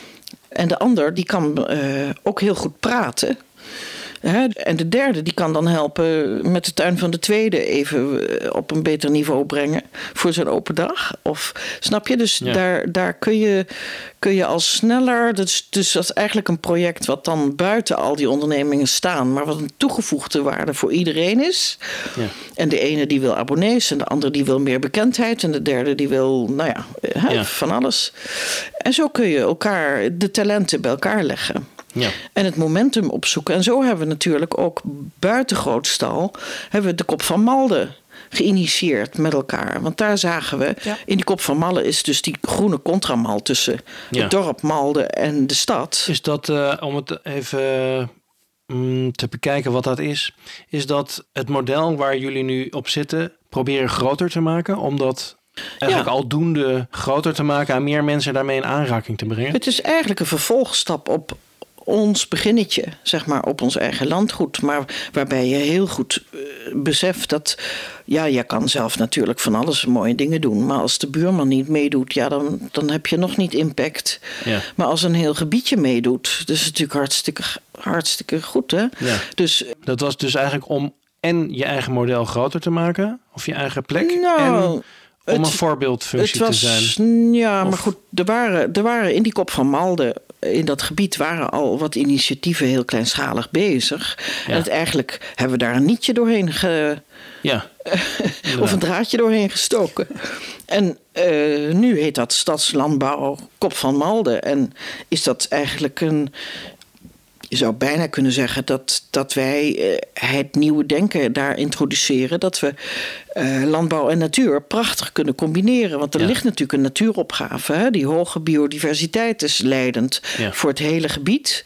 En de ander die kan uh, ook heel goed praten. Hè? En de derde die kan dan helpen met de tuin van de tweede even op een beter niveau brengen voor zo'n open dag. Of snap je? Dus ja. daar, daar kun je, kun je al sneller. Dus, dus dat is eigenlijk een project wat dan buiten al die ondernemingen staan, maar wat een toegevoegde waarde voor iedereen is. Ja. En de ene die wil abonnees en de andere die wil meer bekendheid en de derde die wil, nou ja, hè, ja. van alles. En zo kun je elkaar de talenten bij elkaar leggen. Ja. En het momentum opzoeken. En zo hebben we natuurlijk ook buiten Grootstal hebben we de Kop van Malden geïnitieerd met elkaar. Want daar zagen we, ja. in die Kop van Malden is dus die groene contramal tussen ja. het dorp Malden en de stad. Is dat, uh, om het even um, te bekijken wat dat is, is dat het model waar jullie nu op zitten proberen groter te maken, omdat eigenlijk ja. aldoende groter te maken en meer mensen daarmee in aanraking te brengen? Het is eigenlijk een vervolgstap op ons beginnetje, zeg maar, op ons eigen landgoed. Maar waarbij je heel goed uh, beseft dat, ja, je kan zelf natuurlijk van alles mooie dingen doen. Maar als de buurman niet meedoet, ja, dan, dan heb je nog niet impact. Ja. Maar als een heel gebiedje meedoet, dat is natuurlijk hartstikke, hartstikke goed, hè? Ja. Dus, dat was dus eigenlijk om en je eigen model groter te maken, of je eigen plek, nou, en om het, een voorbeeldfunctie het was, te zijn. Ja, of? maar goed, er waren, er waren in die Kop van Malden, in dat gebied waren al wat initiatieven heel kleinschalig bezig. Ja. En het eigenlijk hebben we daar een nietje doorheen ge... Ja. of een draadje doorheen gestoken. En uh, nu heet dat Stadslandbouw Kop van Malden. En is dat eigenlijk een... Je zou bijna kunnen zeggen dat, dat wij uh, het nieuwe denken daar introduceren. Dat we uh, landbouw en natuur prachtig kunnen combineren. Want er ja. ligt natuurlijk een natuuropgave. Hè? Die hoge biodiversiteit is leidend ja. voor het hele gebied.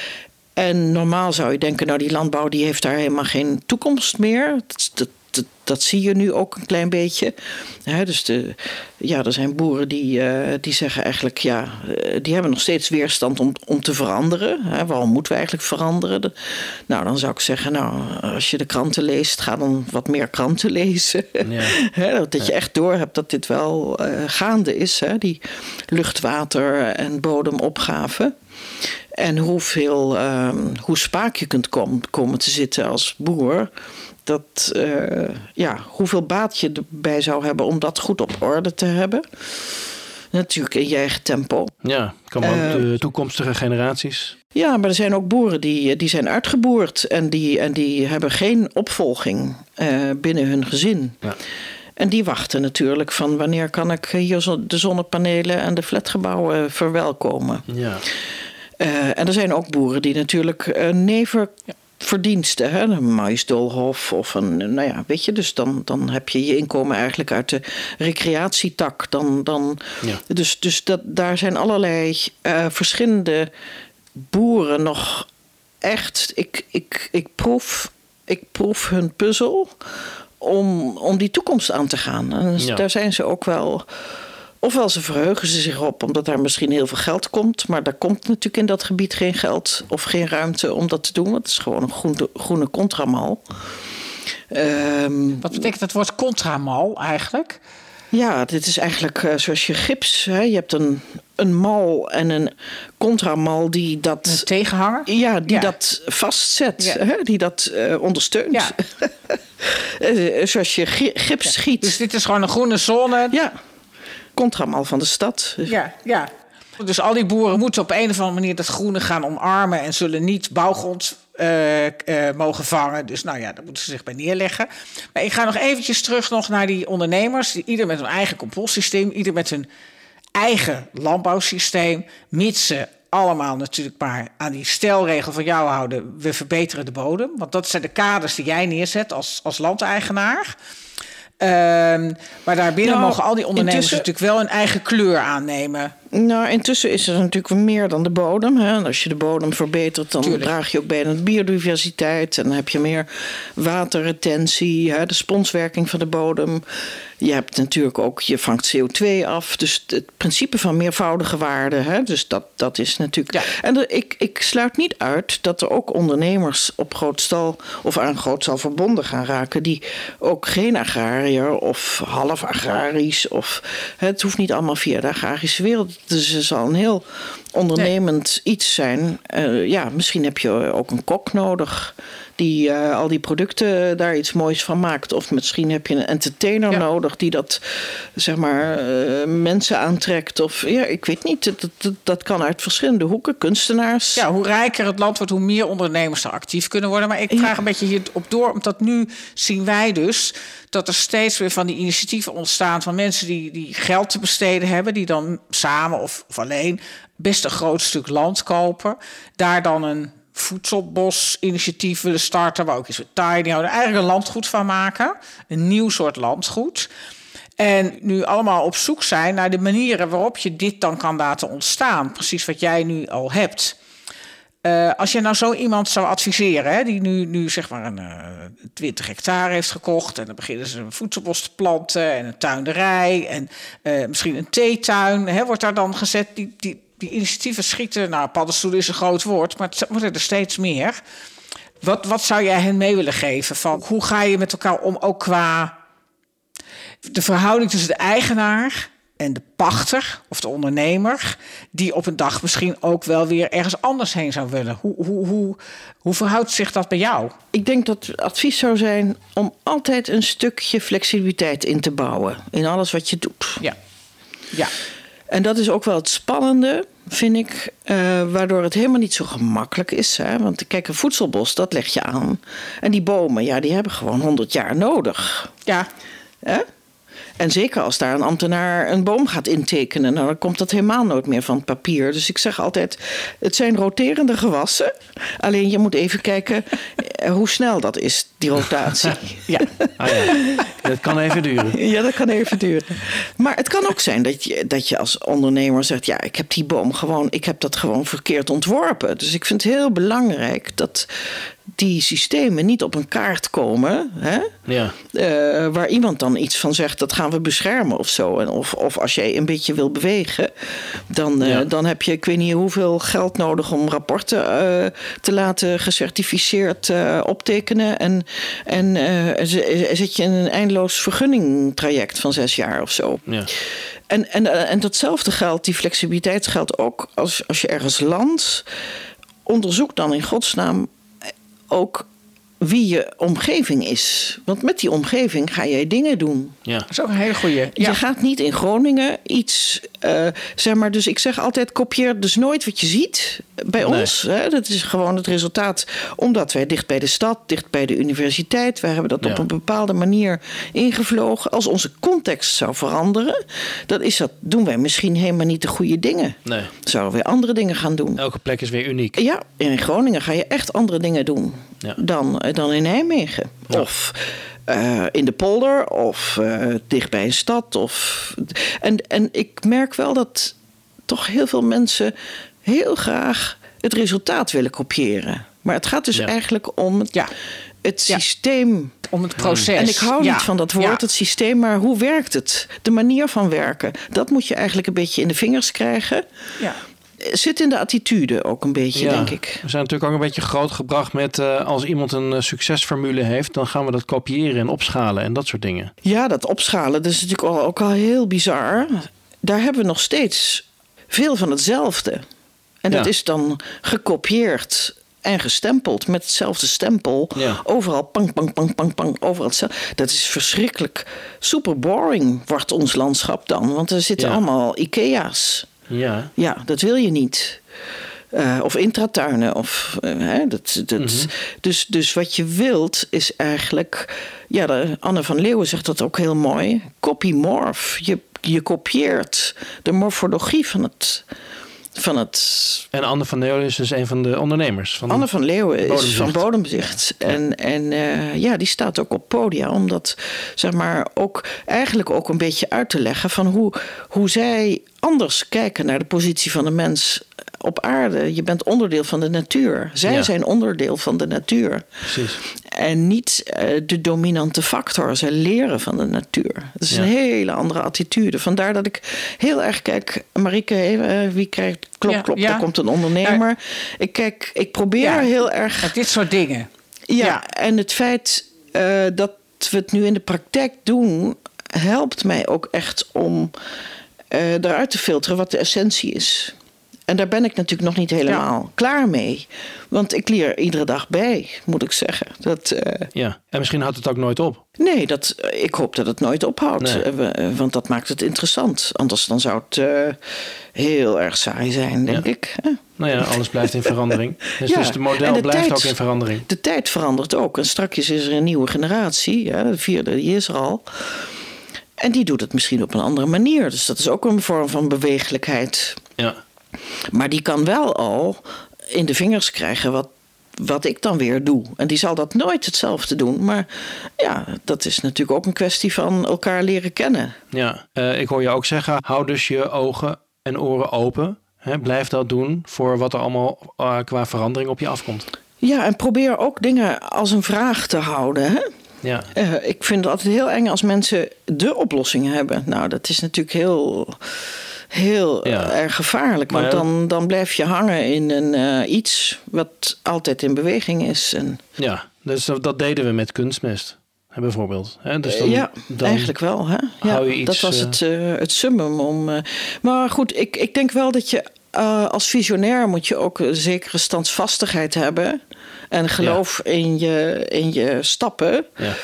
En normaal zou je denken, nou die landbouw die heeft daar helemaal geen toekomst meer. Dat, dat, dat, dat zie je nu ook een klein beetje. He, dus de, ja, er zijn boeren die, uh, die zeggen eigenlijk, ja, die hebben nog steeds weerstand om, om te veranderen. He, waarom moeten we eigenlijk veranderen? De, nou, dan zou ik zeggen, nou, als je de kranten leest, ga dan wat meer kranten lezen. Ja. He, dat je echt doorhebt dat dit wel uh, gaande is, he, die luchtwater- en bodemopgave. En hoeveel, um, hoe spaak je kunt kom, komen te zitten als boer. Dat, uh, ja, hoeveel baat je erbij zou hebben om dat goed op orde te hebben. Natuurlijk in je eigen tempo. Ja, kan ook uh, de toekomstige generaties. Ja, maar er zijn ook boeren die, die zijn uitgeboerd. En die, en die hebben geen opvolging uh, binnen hun gezin. Ja. En die wachten natuurlijk van wanneer kan ik hier de zonnepanelen en de flatgebouwen verwelkomen. Ja. Uh, en er zijn ook boeren die natuurlijk uh, nevenverdiensten, hè, een maïsdoolhof of een, nou ja, weet je, dus dan, dan heb je je inkomen eigenlijk uit de recreatietak. Dan, dan, ja. Dus, dus dat, daar zijn allerlei uh, verschillende boeren nog echt, ik, ik, ik, proef, ik proef hun puzzel om, om die toekomst aan te gaan. En ja. daar zijn ze ook wel... Ofwel ze verheugen ze zich op omdat daar misschien heel veel geld komt. Maar daar komt natuurlijk in dat gebied geen geld of geen ruimte om dat te doen. Want het is gewoon een groene, groene contramal. Um, Wat betekent het woord contramal eigenlijk? Ja, dit is eigenlijk uh, zoals je gips. Hè? Je hebt een, een mal en een contramal die dat... Een tegenhanger? Ja, die ja. dat vastzet. Ja. Hè? Die dat uh, ondersteunt. Ja. uh, zoals je gips ja. schiet. Dus dit is gewoon een groene zone? Ja. Contramal van de stad. Ja, ja. Dus al die boeren moeten op een of andere manier dat groene gaan omarmen en zullen niet bouwgrond uh, uh, mogen vangen. Dus nou ja, daar moeten ze zich bij neerleggen. Maar ik ga nog eventjes terug nog naar die ondernemers, die ieder met hun eigen compostsysteem, ieder met hun eigen landbouwsysteem, mits ze allemaal natuurlijk maar aan die stelregel van jou houden, we verbeteren de bodem. Want dat zijn de kaders die jij neerzet als, als landeigenaar. Um, maar daarbinnen nou, mogen al die ondernemers natuurlijk wel hun eigen kleur aannemen. Nou, intussen is er natuurlijk meer dan de bodem. Hè. En als je de bodem verbetert, dan Tuurlijk. draag je ook bij aan de biodiversiteit. En dan heb je meer waterretentie, hè, de sponswerking van de bodem. Je hebt natuurlijk ook, je vangt C O twee af. Dus het principe van meervoudige waarde. Hè, dus dat, dat is natuurlijk... Ja. En er, ik, ik sluit niet uit dat er ook ondernemers op grootstal of aan grootstal verbonden gaan raken, die ook geen agrariër of half agrarisch of hè, het hoeft niet allemaal via de agrarische wereld. Dus er zal een heel ondernemend nee. iets zijn. Uh, ja, misschien heb je ook een kok nodig die uh, al die producten daar iets moois van maakt. Of misschien heb je een entertainer ja. nodig die dat, zeg maar, uh, mensen aantrekt. Of ja, ik weet niet. Dat, dat, dat kan uit verschillende hoeken. Kunstenaars. Ja, hoe rijker het land wordt, hoe meer ondernemers er actief kunnen worden. Maar ik vraag ja. een beetje hierop door, omdat nu zien wij dus dat er steeds weer van die initiatieven ontstaan van mensen die, die geld te besteden hebben, die dan samen of, of alleen best een groot stuk land kopen, daar dan een voedselbos-initiatief willen starten, waar ook iets met tiny houden, eigenlijk een landgoed van maken, een nieuw soort landgoed. En nu allemaal op zoek zijn naar de manieren waarop je dit dan kan laten ontstaan. Precies wat jij nu al hebt. Uh, als je nou zo iemand zou adviseren, hè, die nu, nu zeg maar een uh, twintig hectare heeft gekocht, en dan beginnen ze een voedselbos te planten en een tuinderij en uh, misschien een theetuin, hè, wordt daar dan gezet. Die, die, die initiatieven schieten, nou, paddenstoelen is een groot woord, maar het worden er steeds meer. Wat, wat zou jij hen mee willen geven? Van hoe ga je met elkaar om, ook qua de verhouding tussen de eigenaar en de pachter of de ondernemer, die op een dag misschien ook wel weer ergens anders heen zou willen. Hoe, hoe, hoe, hoe verhoudt zich dat bij jou? Ik denk dat het advies zou zijn om altijd een stukje flexibiliteit in te bouwen in alles wat je doet. Ja. Ja. En dat is ook wel het spannende, vind ik, uh, waardoor het helemaal niet zo gemakkelijk is. Hè? Want kijk, een voedselbos, dat leg je aan. En die bomen, ja, die hebben gewoon honderd jaar nodig. Ja. Hè? En zeker als daar een ambtenaar een boom gaat intekenen, nou, dan komt dat helemaal nooit meer van het papier. Dus ik zeg altijd, het zijn roterende gewassen. Alleen je moet even kijken hoe snel dat is, die rotatie. Ja. Ah, ja. Dat kan even duren. Ja, dat kan even duren. Maar het kan ook zijn dat je, dat je als ondernemer zegt, ja, ik heb die boom gewoon, ik heb dat gewoon verkeerd ontworpen. Dus ik vind het heel belangrijk dat die systemen niet op een kaart komen, hè? Ja. Uh, waar iemand dan iets van zegt, dat gaan we beschermen of zo. En of, of als jij een beetje wil bewegen, dan, uh, ja. dan heb je, ik weet niet hoeveel geld nodig om rapporten uh, te laten gecertificeerd uh, optekenen. En, en uh, zit je in een eindeloos vergunningtraject van zes jaar of zo. Ja. En, en, en datzelfde geldt, die flexibiliteit geldt ook als, als je ergens landt. Onderzoek dan in godsnaam ook wie je omgeving is. Want met die omgeving ga jij dingen doen. Ja. Dat is ook een hele goeie. Ja. Je gaat niet in Groningen iets, uh, zeg maar, dus ik zeg altijd, kopieer dus nooit wat je ziet bij nee. ons. Hè? Dat is gewoon het resultaat, omdat wij dicht bij de stad, dicht bij de universiteit, wij hebben dat ja. op een bepaalde manier ingevlogen. Als onze context zou veranderen, dan is dat, doen wij misschien helemaal niet de goede dingen. Nee. Zouden we andere dingen gaan doen. Elke plek is weer uniek. Ja, in Groningen ga je echt andere dingen doen ja. dan, dan in Nijmegen. Ja. Of Uh, in de polder of uh, dicht bij een stad. Of, en, en ik merk wel dat toch heel veel mensen heel graag het resultaat willen kopiëren. Maar het gaat dus ja. eigenlijk om het, ja. het ja. systeem. Om het proces. En ik hou ja. niet van dat woord, ja. het systeem, maar hoe werkt het? De manier van werken. Dat moet je eigenlijk een beetje in de vingers krijgen. Ja. Zit in de attitude ook een beetje, ja, denk ik. We zijn natuurlijk ook een beetje grootgebracht met Uh, als iemand een uh, succesformule heeft, dan gaan we dat kopiëren en opschalen en dat soort dingen. Ja, dat opschalen, dat is natuurlijk ook al, ook al heel bizar. Daar hebben we nog steeds veel van hetzelfde. En dat ja. is dan gekopieerd en gestempeld met hetzelfde stempel. Ja. Overal pang, pang, pang, pang, pang. Overal hetzelfde. Dat is verschrikkelijk. Super boring wordt ons landschap dan. Want er zitten ja. allemaal Ikea's. Ja. Ja, dat wil je niet. Uh, of intratuinen. Of, uh, hè, dat, dat, mm-hmm. dus, dus wat je wilt is eigenlijk, ja, de, Anne van Leeuwen zegt dat ook heel mooi. Copy-morph. Je, je kopieert de morfologie van het, van het... En Anne van Leeuwen is dus een van de ondernemers. Van Anne van Leeuwen is Bodemzicht. van Bodemzicht. Ja. En, en uh, ja, die staat ook op podia om dat, zeg maar, ook eigenlijk ook een beetje uit te leggen van hoe, hoe zij anders kijken naar de positie van de mens op aarde. Je bent onderdeel van de natuur. Zij Ja. zijn onderdeel van de natuur. Precies. En niet uh, de dominante factor. Zij leren van de natuur. Dat is Ja. een hele andere attitude. Vandaar dat ik heel erg kijk... Marieke, uh, wie krijgt... Klop, Ja, klop, ja. daar komt een ondernemer. Ja. Ik kijk, ik probeer Ja, heel erg... Met dit soort dingen. Ja, Ja. en het feit uh, dat we het nu in de praktijk doen... helpt mij ook echt om uh, eruit te filteren wat de essentie is. En daar ben ik natuurlijk nog niet helemaal Ja. klaar mee. Want ik leer iedere dag bij, moet ik zeggen. Dat, uh, Ja, en misschien houdt het ook nooit op. nee, dat, ik hoop dat het nooit ophoudt. Nee. Uh, want dat maakt het interessant. Anders dan zou het uh, heel erg saai zijn, denk Ja. ik. Hè? Nou ja, alles blijft in verandering. Dus, Ja, dus de en model de blijft tijd- ook in verandering. De tijd verandert ook. En straks is er een nieuwe generatie. Ja, de vierde, die is er al. En die doet het misschien op een andere manier. Dus dat is ook een vorm van beweeglijkheid. Ja, Maar die kan wel al in de vingers krijgen wat, wat ik dan weer doe. En die zal dat nooit hetzelfde doen. Maar ja, dat is natuurlijk ook een kwestie van elkaar leren kennen. ja. Uh, ik hoor je ook zeggen, hou dus je ogen en oren open. Hè, blijf dat doen voor wat er allemaal uh, qua verandering op je afkomt. Ja, en probeer ook dingen als een vraag te houden. Hè? Ja, Uh, ik vind het altijd heel eng als mensen de oplossing hebben. Nou, dat is natuurlijk heel... heel Ja. uh, erg gevaarlijk. Want Maar ja, dan, dan blijf je hangen in een, uh, iets wat altijd in beweging is. En, ja. Dus dat, dat deden we met kunstmest, hè, bijvoorbeeld. Hè, dus dan, ja, dan eigenlijk wel. Hè? Ja, hou je iets, dat was uh, het, uh, het summum. Om, uh, maar goed, ik, ik denk wel dat je uh, als visionair moet je ook een zekere standvastigheid hebben. En geloof ja. in, je, in je stappen. Ja.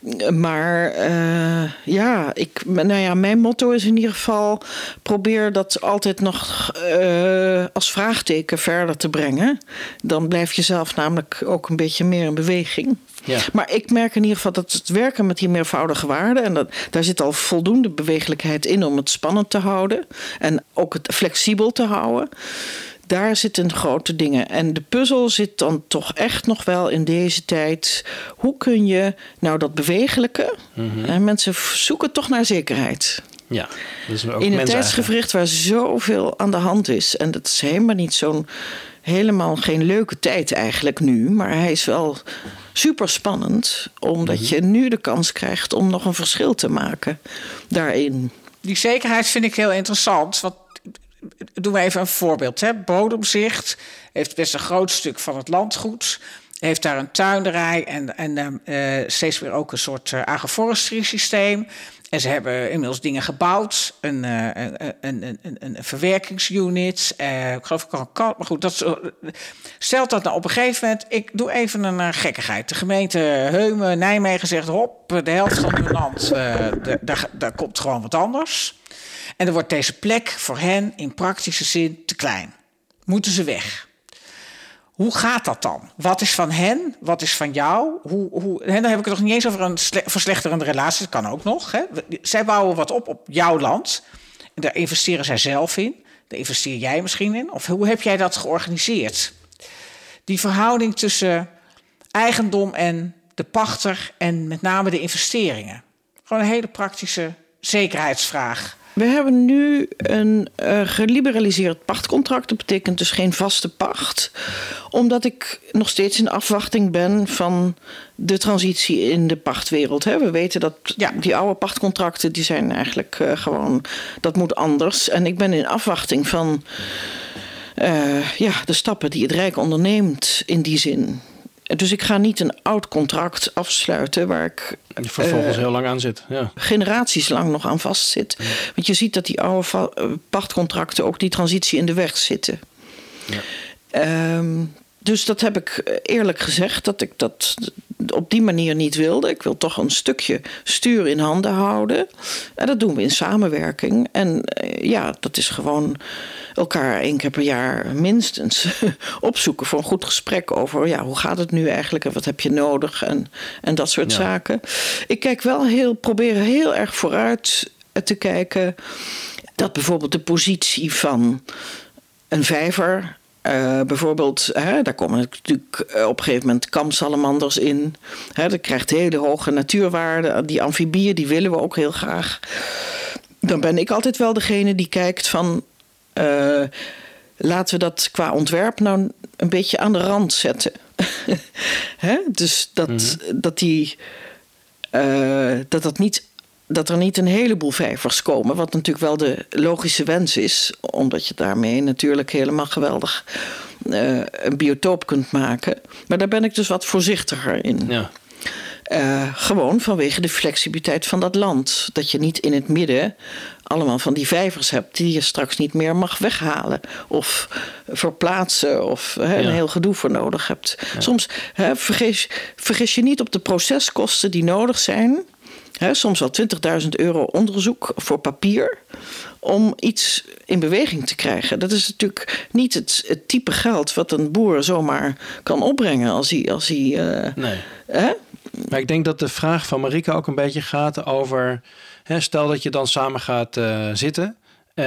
Maar uh, ja, ik, nou ja, mijn motto is in ieder geval... probeer dat altijd nog uh, als vraagteken verder te brengen. Dan blijf je zelf namelijk ook een beetje meer in beweging. Ja. Maar ik merk in ieder geval dat het werken met die meervoudige waarden... en dat, daar zit al voldoende beweeglijkheid in om het spannend te houden... en ook het flexibel te houden... Daar zitten grote dingen. En de puzzel zit dan toch echt nog wel in deze tijd. Hoe kun je nou dat bewegelijke... Mm-hmm. En mensen zoeken toch naar zekerheid. Ja, dus ook in een tijdsgevricht waar zoveel aan de hand is. En dat is helemaal niet zo'n... helemaal geen leuke tijd eigenlijk nu. Maar hij is wel super spannend. Omdat mm-hmm. je nu de kans krijgt om nog een verschil te maken daarin. Die zekerheid vind ik heel interessant. Want doen we even een voorbeeld. Hè. Bodemzicht heeft best een groot stuk van het landgoed. Heeft daar een tuinderij en, en uh, steeds weer ook een soort uh, agroforestry-systeem. En ze hebben inmiddels dingen gebouwd. Een, uh, een, een, een, een verwerkingsunit. Uh, ik geloof ik al een kant. Maar goed, dat, stelt dat nou op een gegeven moment... Ik doe even een uh, gekkigheid. De gemeente Heumen, Nijmegen zegt... hop, de helft van hun land, uh, de, daar, daar komt gewoon wat anders... En dan wordt deze plek voor hen in praktische zin te klein. Moeten ze weg. Hoe gaat dat dan? Wat is van hen? Wat is van jou? Hoe, hoe, en dan heb ik het nog niet eens over een sle- verslechterende relatie. Dat kan ook nog. Hè. Zij bouwen wat op op jouw land. En daar investeren zij zelf in. Daar investeer jij misschien in. Of hoe heb jij dat georganiseerd? Die verhouding tussen eigendom en de pachter... en met name de investeringen. Gewoon een hele praktische zekerheidsvraag. We hebben nu een uh, geliberaliseerd pachtcontract. Dat betekent dus geen vaste pacht. Omdat ik nog steeds in afwachting ben van de transitie in de pachtwereld. Hè. We weten dat ja. die oude pachtcontracten, die zijn eigenlijk uh, gewoon... dat moet anders. En ik ben in afwachting van uh, ja, de stappen die het Rijk onderneemt in die zin... Dus ik ga niet een oud contract afsluiten waar ik... En die vervolgens uh, heel lang aan zit. Ja. Generaties lang nog aan vastzit. Ja. Want je ziet dat die oude va- pachtcontracten ook die transitie in de weg zitten. Ja. Um, dus dat heb ik eerlijk gezegd, dat ik dat op die manier niet wilde. Ik wil toch een stukje stuur in handen houden. En dat doen we in samenwerking. En uh, ja, dat is gewoon... elkaar één keer per jaar minstens opzoeken voor een goed gesprek over... ja, hoe gaat het nu eigenlijk en wat heb je nodig en, en dat soort ja. zaken. Ik kijk wel heel, probeer heel erg vooruit te kijken... dat bijvoorbeeld de positie van een vijver. Uh, bijvoorbeeld, hè, daar komen natuurlijk uh, op een gegeven moment kamsalamanders in. Hè, dat krijgt hele hoge natuurwaarden. Die amfibieën, die willen we ook heel graag. Dan ben ik altijd wel degene die kijkt van... Uh, laten we dat qua ontwerp nou een beetje aan de rand zetten. Hè? Dus dat, mm-hmm. dat, die, uh, dat, dat, niet, dat er niet een heleboel vijvers komen. Wat natuurlijk wel de logische wens is. Omdat je daarmee natuurlijk helemaal geweldig uh, een biotoop kunt maken. Maar daar ben ik dus wat voorzichtiger in. Ja. Uh, gewoon vanwege de flexibiliteit van dat land. Dat je niet in het midden allemaal van die vijvers hebt... die je straks niet meer mag weghalen of verplaatsen... of he, ja. een heel gedoe voor nodig hebt. Ja. Soms he, vergis, vergis je niet op de proceskosten die nodig zijn... He, soms wel twintigduizend euro onderzoek voor papier... om iets in beweging te krijgen. Dat is natuurlijk niet het, het type geld... wat een boer zomaar kan opbrengen als hij... Als hij uh, nee. He? Maar ik denk dat de vraag van Marieke ook een beetje gaat over... Hè, stel dat je dan samen gaat uh, zitten... Uh,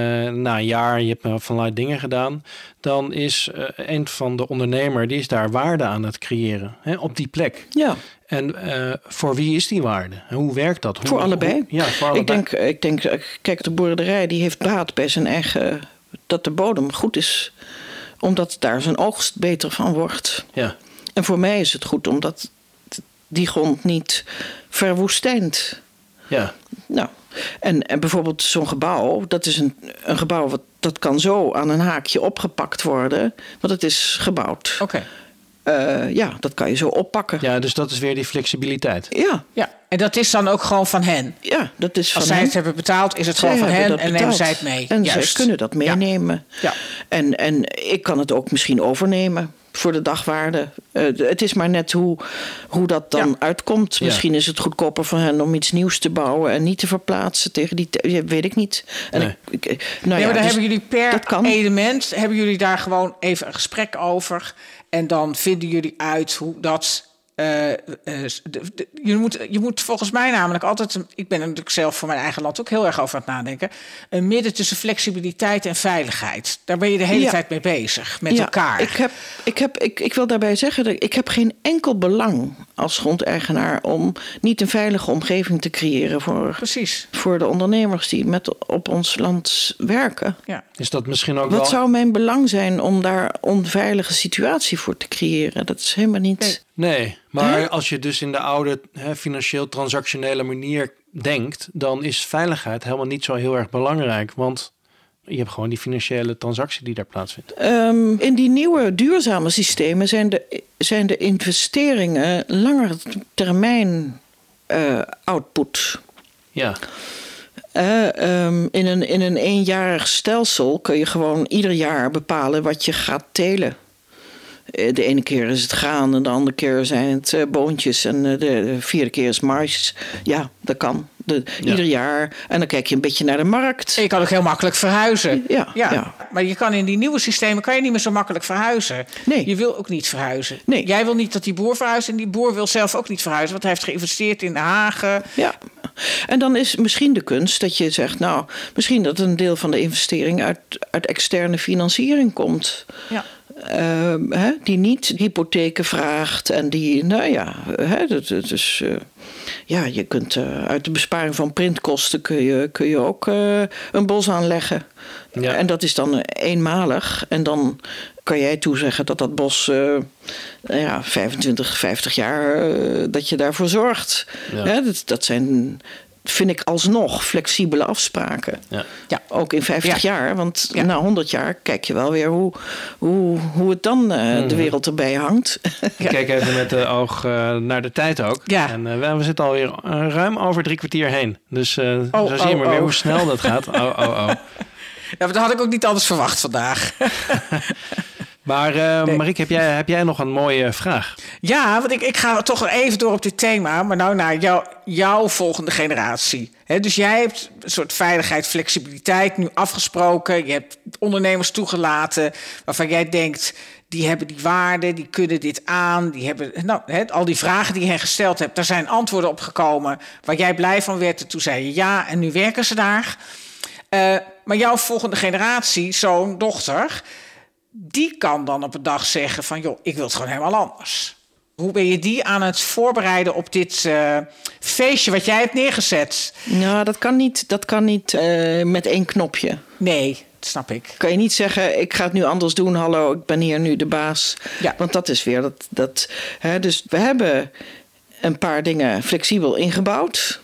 na een jaar, je hebt van allerlei dingen gedaan... dan is uh, een van de ondernemer... die is daar waarde aan het creëren. Hè, op die plek. Ja. En uh, voor wie is die waarde? Hoe werkt dat? Hoe, voor allebei. Hoe, ja, voor allebei. Ik denk, ik denk, kijk, de boerderij die heeft baat bij zijn eigen... dat de bodem goed is... omdat daar zijn oogst beter van wordt. Ja. En voor mij is het goed omdat... die grond niet verwoestijnt. Ja. Nou, en, en bijvoorbeeld zo'n gebouw, dat is een, een gebouw wat dat kan zo aan een haakje opgepakt worden, want het is gebouwd. Oké. Okay. Uh, ja, dat kan je zo oppakken. Ja, dus dat is weer die flexibiliteit. Ja. Ja, en dat is dan ook gewoon van hen? Ja, dat is van Als zij hen. het hebben betaald, is het zij gewoon van hen en nemen zij het mee. En Juist. zij kunnen dat meenemen. Ja. Ja. En, en ik kan het ook misschien overnemen. Voor de dagwaarde. Uh, het is maar net hoe, hoe dat dan ja. uitkomt. Ja. Misschien is het goedkoper voor hen om iets nieuws te bouwen... en niet te verplaatsen tegen die... Te- weet ik niet. En nee. ik, ik, nou ja, ja, maar dan dus hebben jullie per element... hebben jullie daar gewoon even een gesprek over... en dan vinden jullie uit hoe dat... Uh, uh, de, de, je, moet, je moet volgens mij namelijk altijd... ik ben er natuurlijk zelf voor mijn eigen land ook heel erg over aan het nadenken... een midden tussen flexibiliteit en veiligheid. Daar ben je de hele ja. tijd mee bezig, met ja, elkaar. Ik, heb, ik, heb, ik, ik wil daarbij zeggen, dat ik heb geen enkel belang als grondeigenaar... om niet een veilige omgeving te creëren voor, Precies. voor de ondernemers... die met op ons land werken. Ja. Is dat misschien ook Wat wel... zou mijn belang zijn om daar onveilige situatie voor te creëren? Dat is helemaal niet... Nee. Nee, maar huh? als je dus in de oude hè, financieel transactionele manier denkt... dan is veiligheid helemaal niet zo heel erg belangrijk. Want je hebt gewoon die financiële transactie die daar plaatsvindt. Um, in die nieuwe duurzame systemen zijn de, zijn de investeringen langer termijn uh, output. Ja. Uh, um, in, een, in een eenjarig stelsel kun je gewoon ieder jaar bepalen wat je gaat telen. De ene keer is het graan en de andere keer zijn het uh, boontjes... en uh, de vierde keer is mais. Ja, dat kan. De, ja. Ieder jaar. En dan kijk je een beetje naar de markt. En je kan ook heel makkelijk verhuizen. Ja, ja. ja. Maar je kan in die nieuwe systemen kan je niet meer zo makkelijk verhuizen. Nee. Je wil ook niet verhuizen. Nee. Jij wil niet dat die boer verhuist... en die boer wil zelf ook niet verhuizen... want hij heeft geïnvesteerd in de hagen. Ja. En dan is misschien de kunst dat je zegt... nou, misschien dat een deel van de investering... uit, uit externe financiering komt... Ja. Uh, hè, die niet hypotheken vraagt en die, nou ja, hè, dat, dat is, uh, ja, je kunt uh, uit de besparing van printkosten kun je, kun je ook uh, een bos aanleggen. Ja. En dat is dan eenmalig. En dan kan jij toezeggen dat dat bos uh, ja, vijfentwintig, vijftig jaar uh, dat je daarvoor zorgt. Ja. Hè, dat, dat zijn... vind ik alsnog flexibele afspraken. Ja. Ja, ook in vijftig ja. jaar. Want ja. na honderd jaar kijk je wel weer hoe, hoe, hoe het dan uh, mm-hmm. de wereld erbij hangt. Ik kijk even met de oog uh, naar de tijd ook. Ja. En uh, we zitten alweer uh, ruim over drie kwartier heen. Dus uh, oh, zo zie je oh, maar oh. weer hoe snel dat gaat. Oh, oh, oh. Ja, maar dat had ik ook niet anders verwacht vandaag. Maar uh, nee. Marieke, heb jij, heb jij nog een mooie vraag? Ja, want ik, ik ga toch nog even door op dit thema. Maar nou naar jou, jouw volgende generatie. He, dus jij hebt een soort veiligheid, flexibiliteit nu afgesproken. Je hebt ondernemers toegelaten waarvan jij denkt... die hebben die waarden, die kunnen dit aan. Die hebben, nou, he, al die vragen die je hen gesteld hebt... daar zijn antwoorden op gekomen waar jij blij van werd. En toen zei je ja, en nu werken ze daar... Uh, Maar jouw volgende generatie, zoon, dochter, die kan dan op een dag zeggen van, joh, ik wil het gewoon helemaal anders. Hoe ben je die aan het voorbereiden op dit uh, feestje wat jij hebt neergezet? Nou, dat kan niet, dat kan niet uh, met één knopje. Nee, dat snap ik. Kan je niet zeggen, ik ga het nu anders doen. Hallo, ik ben hier nu de baas. Ja. Want dat is weer dat. dat hè, dus we hebben een paar dingen flexibel ingebouwd.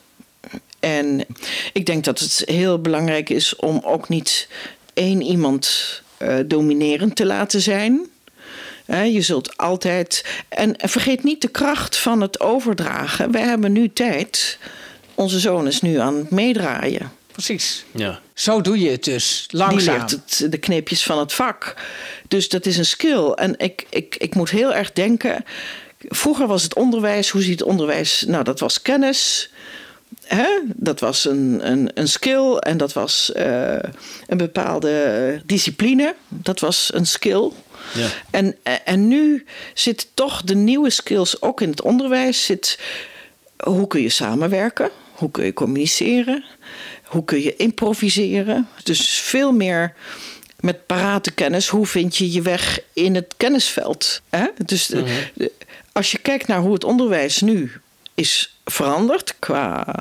En ik denk dat het heel belangrijk is om ook niet één iemand uh, dominerend te laten zijn. He, je zult altijd... En vergeet niet de kracht van het overdragen. Wij hebben nu tijd. Onze zoon is nu aan het meedraaien. Precies. Ja. Zo doe je het dus, langzaam. Die leert het, de kneepjes van het vak. Dus dat is een skill. En ik, ik, ik moet heel erg denken... Vroeger was het onderwijs. Hoe ziet het onderwijs? Nou, dat was kennis. Hè? Dat was een, een, een skill. En dat was uh, een bepaalde discipline. Dat was een skill. Ja. En, en nu zit toch de nieuwe skills ook in het onderwijs. Zit, hoe kun je samenwerken? Hoe kun je communiceren? Hoe kun je improviseren? Dus veel meer met parate kennis. Hoe vind je je weg in het kennisveld? Hè? Dus uh-huh. de, als je kijkt naar hoe het onderwijs nu is veranderd qua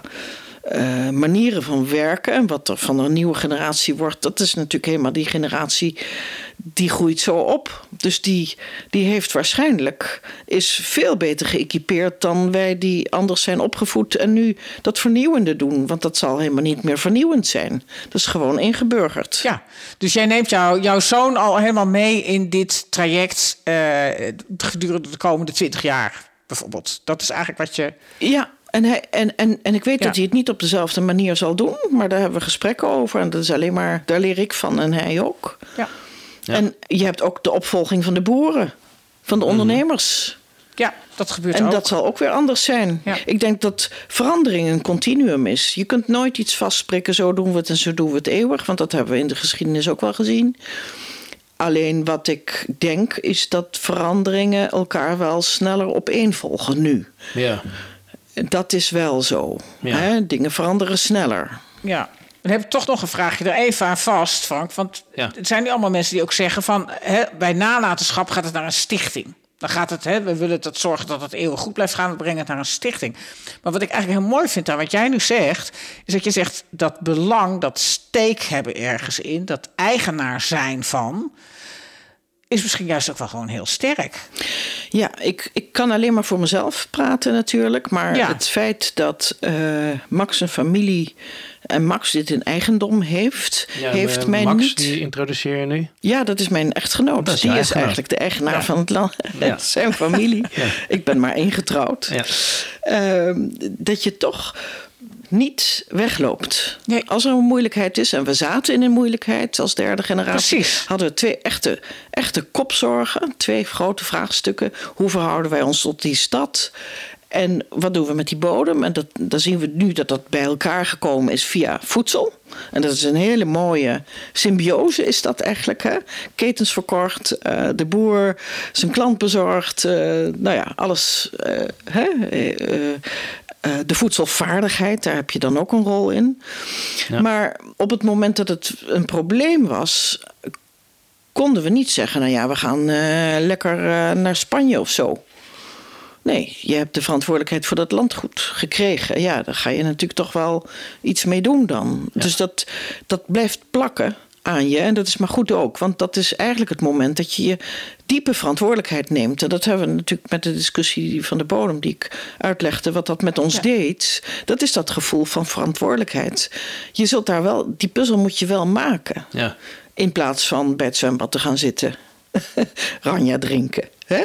uh, manieren van werken en wat er van een nieuwe generatie wordt, dat is natuurlijk helemaal die generatie die groeit zo op. Dus die, die heeft waarschijnlijk is veel beter geëquipeerd dan wij die anders zijn opgevoed en nu dat vernieuwende doen. Want dat zal helemaal niet meer vernieuwend zijn. Dat is gewoon ingeburgerd. Ja, dus jij neemt jou, jouw zoon al helemaal mee in dit traject uh, gedurende de komende twintig jaar bijvoorbeeld. Dat is eigenlijk wat je... Ja. En, hij, en, en, en ik weet ja. dat hij het niet op dezelfde manier zal doen. Maar daar hebben we gesprekken over. En dat is alleen maar, daar leer ik van en hij ook. Ja. Ja. En je hebt ook de opvolging van de boeren. Van de ondernemers. Ja, dat gebeurt en ook. En dat zal ook weer anders zijn. Ja. Ik denk dat verandering een continuum is. Je kunt nooit iets vastprikken. Zo doen we het en zo doen we het eeuwig. Want dat hebben we in de geschiedenis ook wel gezien. Alleen wat ik denk is dat veranderingen elkaar wel sneller opeenvolgen nu. Ja. Dat is wel zo. Ja. Hè? Dingen veranderen sneller. Ja. Dan heb ik toch nog een vraagje er even aan vast, Frank. Want ja. er zijn nu allemaal mensen die ook zeggen van... Hè, bij nalatenschap gaat het naar een stichting. Dan gaat het, hè, we willen dat zorgen dat het eeuwig goed blijft gaan. We brengen het naar een stichting. Maar wat ik eigenlijk heel mooi vind aan wat jij nu zegt... is dat je zegt dat belang, dat steek hebben ergens in... dat eigenaar zijn van... is misschien juist ook wel gewoon heel sterk. Ja, ik, ik kan alleen maar voor mezelf praten natuurlijk. Maar ja. het feit dat uh, Max een familie en Max dit in eigendom heeft... Ja, heeft uh, mij Max, niet... die introduceer je nu? Ja, dat is mijn echtgenoot. Dat is die is echtgenoot. eigenlijk de eigenaar ja. van het land. Ja. Zijn familie. Ja. Ik ben maar één getrouwd. Ja. Uh, dat je toch... niet wegloopt. Nee. Als er een moeilijkheid is, en we zaten in een moeilijkheid als derde generatie, Precies. hadden we twee echte, echte kopzorgen, twee grote vraagstukken. Hoe verhouden wij ons tot die stad? En wat doen we met die bodem? En dat, dan zien we nu dat dat bij elkaar gekomen is via voedsel. En dat is een hele mooie symbiose is dat eigenlijk. Hè? Ketens verkocht, uh, de boer zijn klant bezorgd. Uh, nou ja, alles... Uh, hè? Uh, Uh, de voedselvaardigheid, daar heb je dan ook een rol in. Ja. Maar op het moment dat het een probleem was... konden we niet zeggen... nou ja, we gaan uh, lekker uh, naar Spanje of zo. Nee, je hebt de verantwoordelijkheid voor dat landgoed gekregen. Ja, daar ga je natuurlijk toch wel iets mee doen dan. Ja. Dus dat, dat blijft plakken aan je. En dat is maar goed ook. Want dat is eigenlijk het moment dat je je diepe verantwoordelijkheid neemt. En dat hebben we natuurlijk met de discussie van de bodem die ik uitlegde. Wat dat met ons ja. deed. Dat is dat gevoel van verantwoordelijkheid. Je zult daar wel, die puzzel moet je wel maken. Ja. In plaats van bij het zwembad te gaan zitten. Ranja drinken. Hè?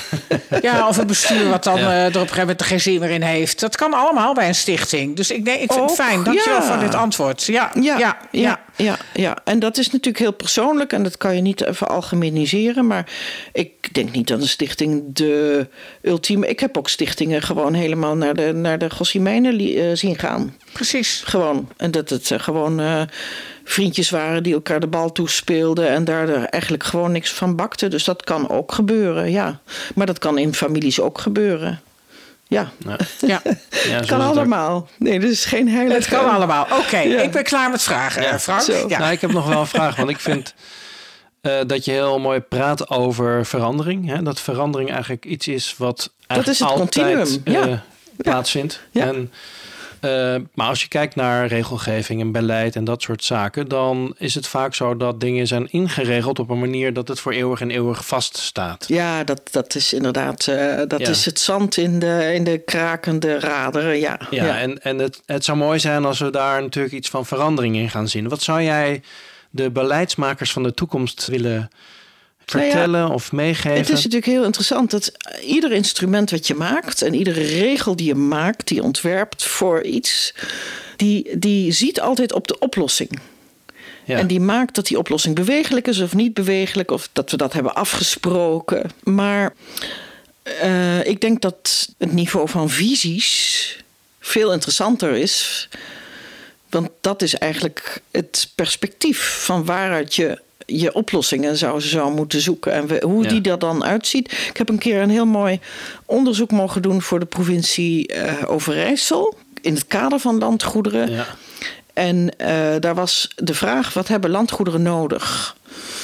Ja, of een bestuur wat dan ja. uh, er op een gegeven moment geen zin meer in heeft. Dat kan allemaal bij een stichting. Dus ik, nee, ik vind Ook, het fijn. Dankjewel ja. voor dit antwoord. Ja, ja, ja, ja, ja, ja, ja. En dat is natuurlijk heel persoonlijk. En dat kan je niet veralgemeniseren. Maar ik denk niet dat een stichting de ultieme... Ik heb ook stichtingen gewoon helemaal naar de, naar de Gossimijnen uh, zien gaan. Precies. Gewoon. En dat het uh, gewoon... Uh, vriendjes waren die elkaar de bal toespeelden... en daar er eigenlijk gewoon niks van bakten. Dus dat kan ook gebeuren, ja. Maar dat kan in families ook gebeuren. Ja, Ja. Ja. Ja, het kan allemaal. Nee, dat is geen heilige... Het kan allemaal. Oké, okay, Ja. ik ben klaar met vragen, Ja. Frank. Zo. Ja. Nou, ik heb nog wel een vraag, want ik vind uh, dat je heel mooi praat over verandering. Hè? Dat verandering eigenlijk iets is wat eigenlijk dat is het altijd continuum. Uh, Ja. plaatsvindt. Ja. En, uh, maar als je kijkt naar regelgeving en beleid en dat soort zaken, dan is het vaak zo dat dingen zijn ingeregeld op een manier dat het voor eeuwig en eeuwig vaststaat. Ja, dat, dat is inderdaad uh, dat ja. is het zand in de, in de krakende raderen. Ja, ja, ja. en, en het, het zou mooi zijn als we daar natuurlijk iets van verandering in gaan zien. Wat zou jij de beleidsmakers van de toekomst willen vertellen nou ja, of meegeven? Het is natuurlijk heel interessant dat ieder instrument wat je maakt en iedere regel die je maakt, die je ontwerpt voor iets, die, die ziet altijd op de oplossing. Ja. En die maakt dat die oplossing bewegelijk is of niet bewegelijk, of dat we dat hebben afgesproken. Maar uh, ik denk dat het niveau van visies veel interessanter is. Want dat is eigenlijk het perspectief van waaruit je je oplossingen zou, zou moeten zoeken. En we, hoe ja. die er dan uitziet. Ik heb een keer een heel mooi onderzoek mogen doen voor de provincie uh, Overijssel. In het kader van landgoederen. Ja. En uh, daar was de vraag, wat hebben landgoederen nodig?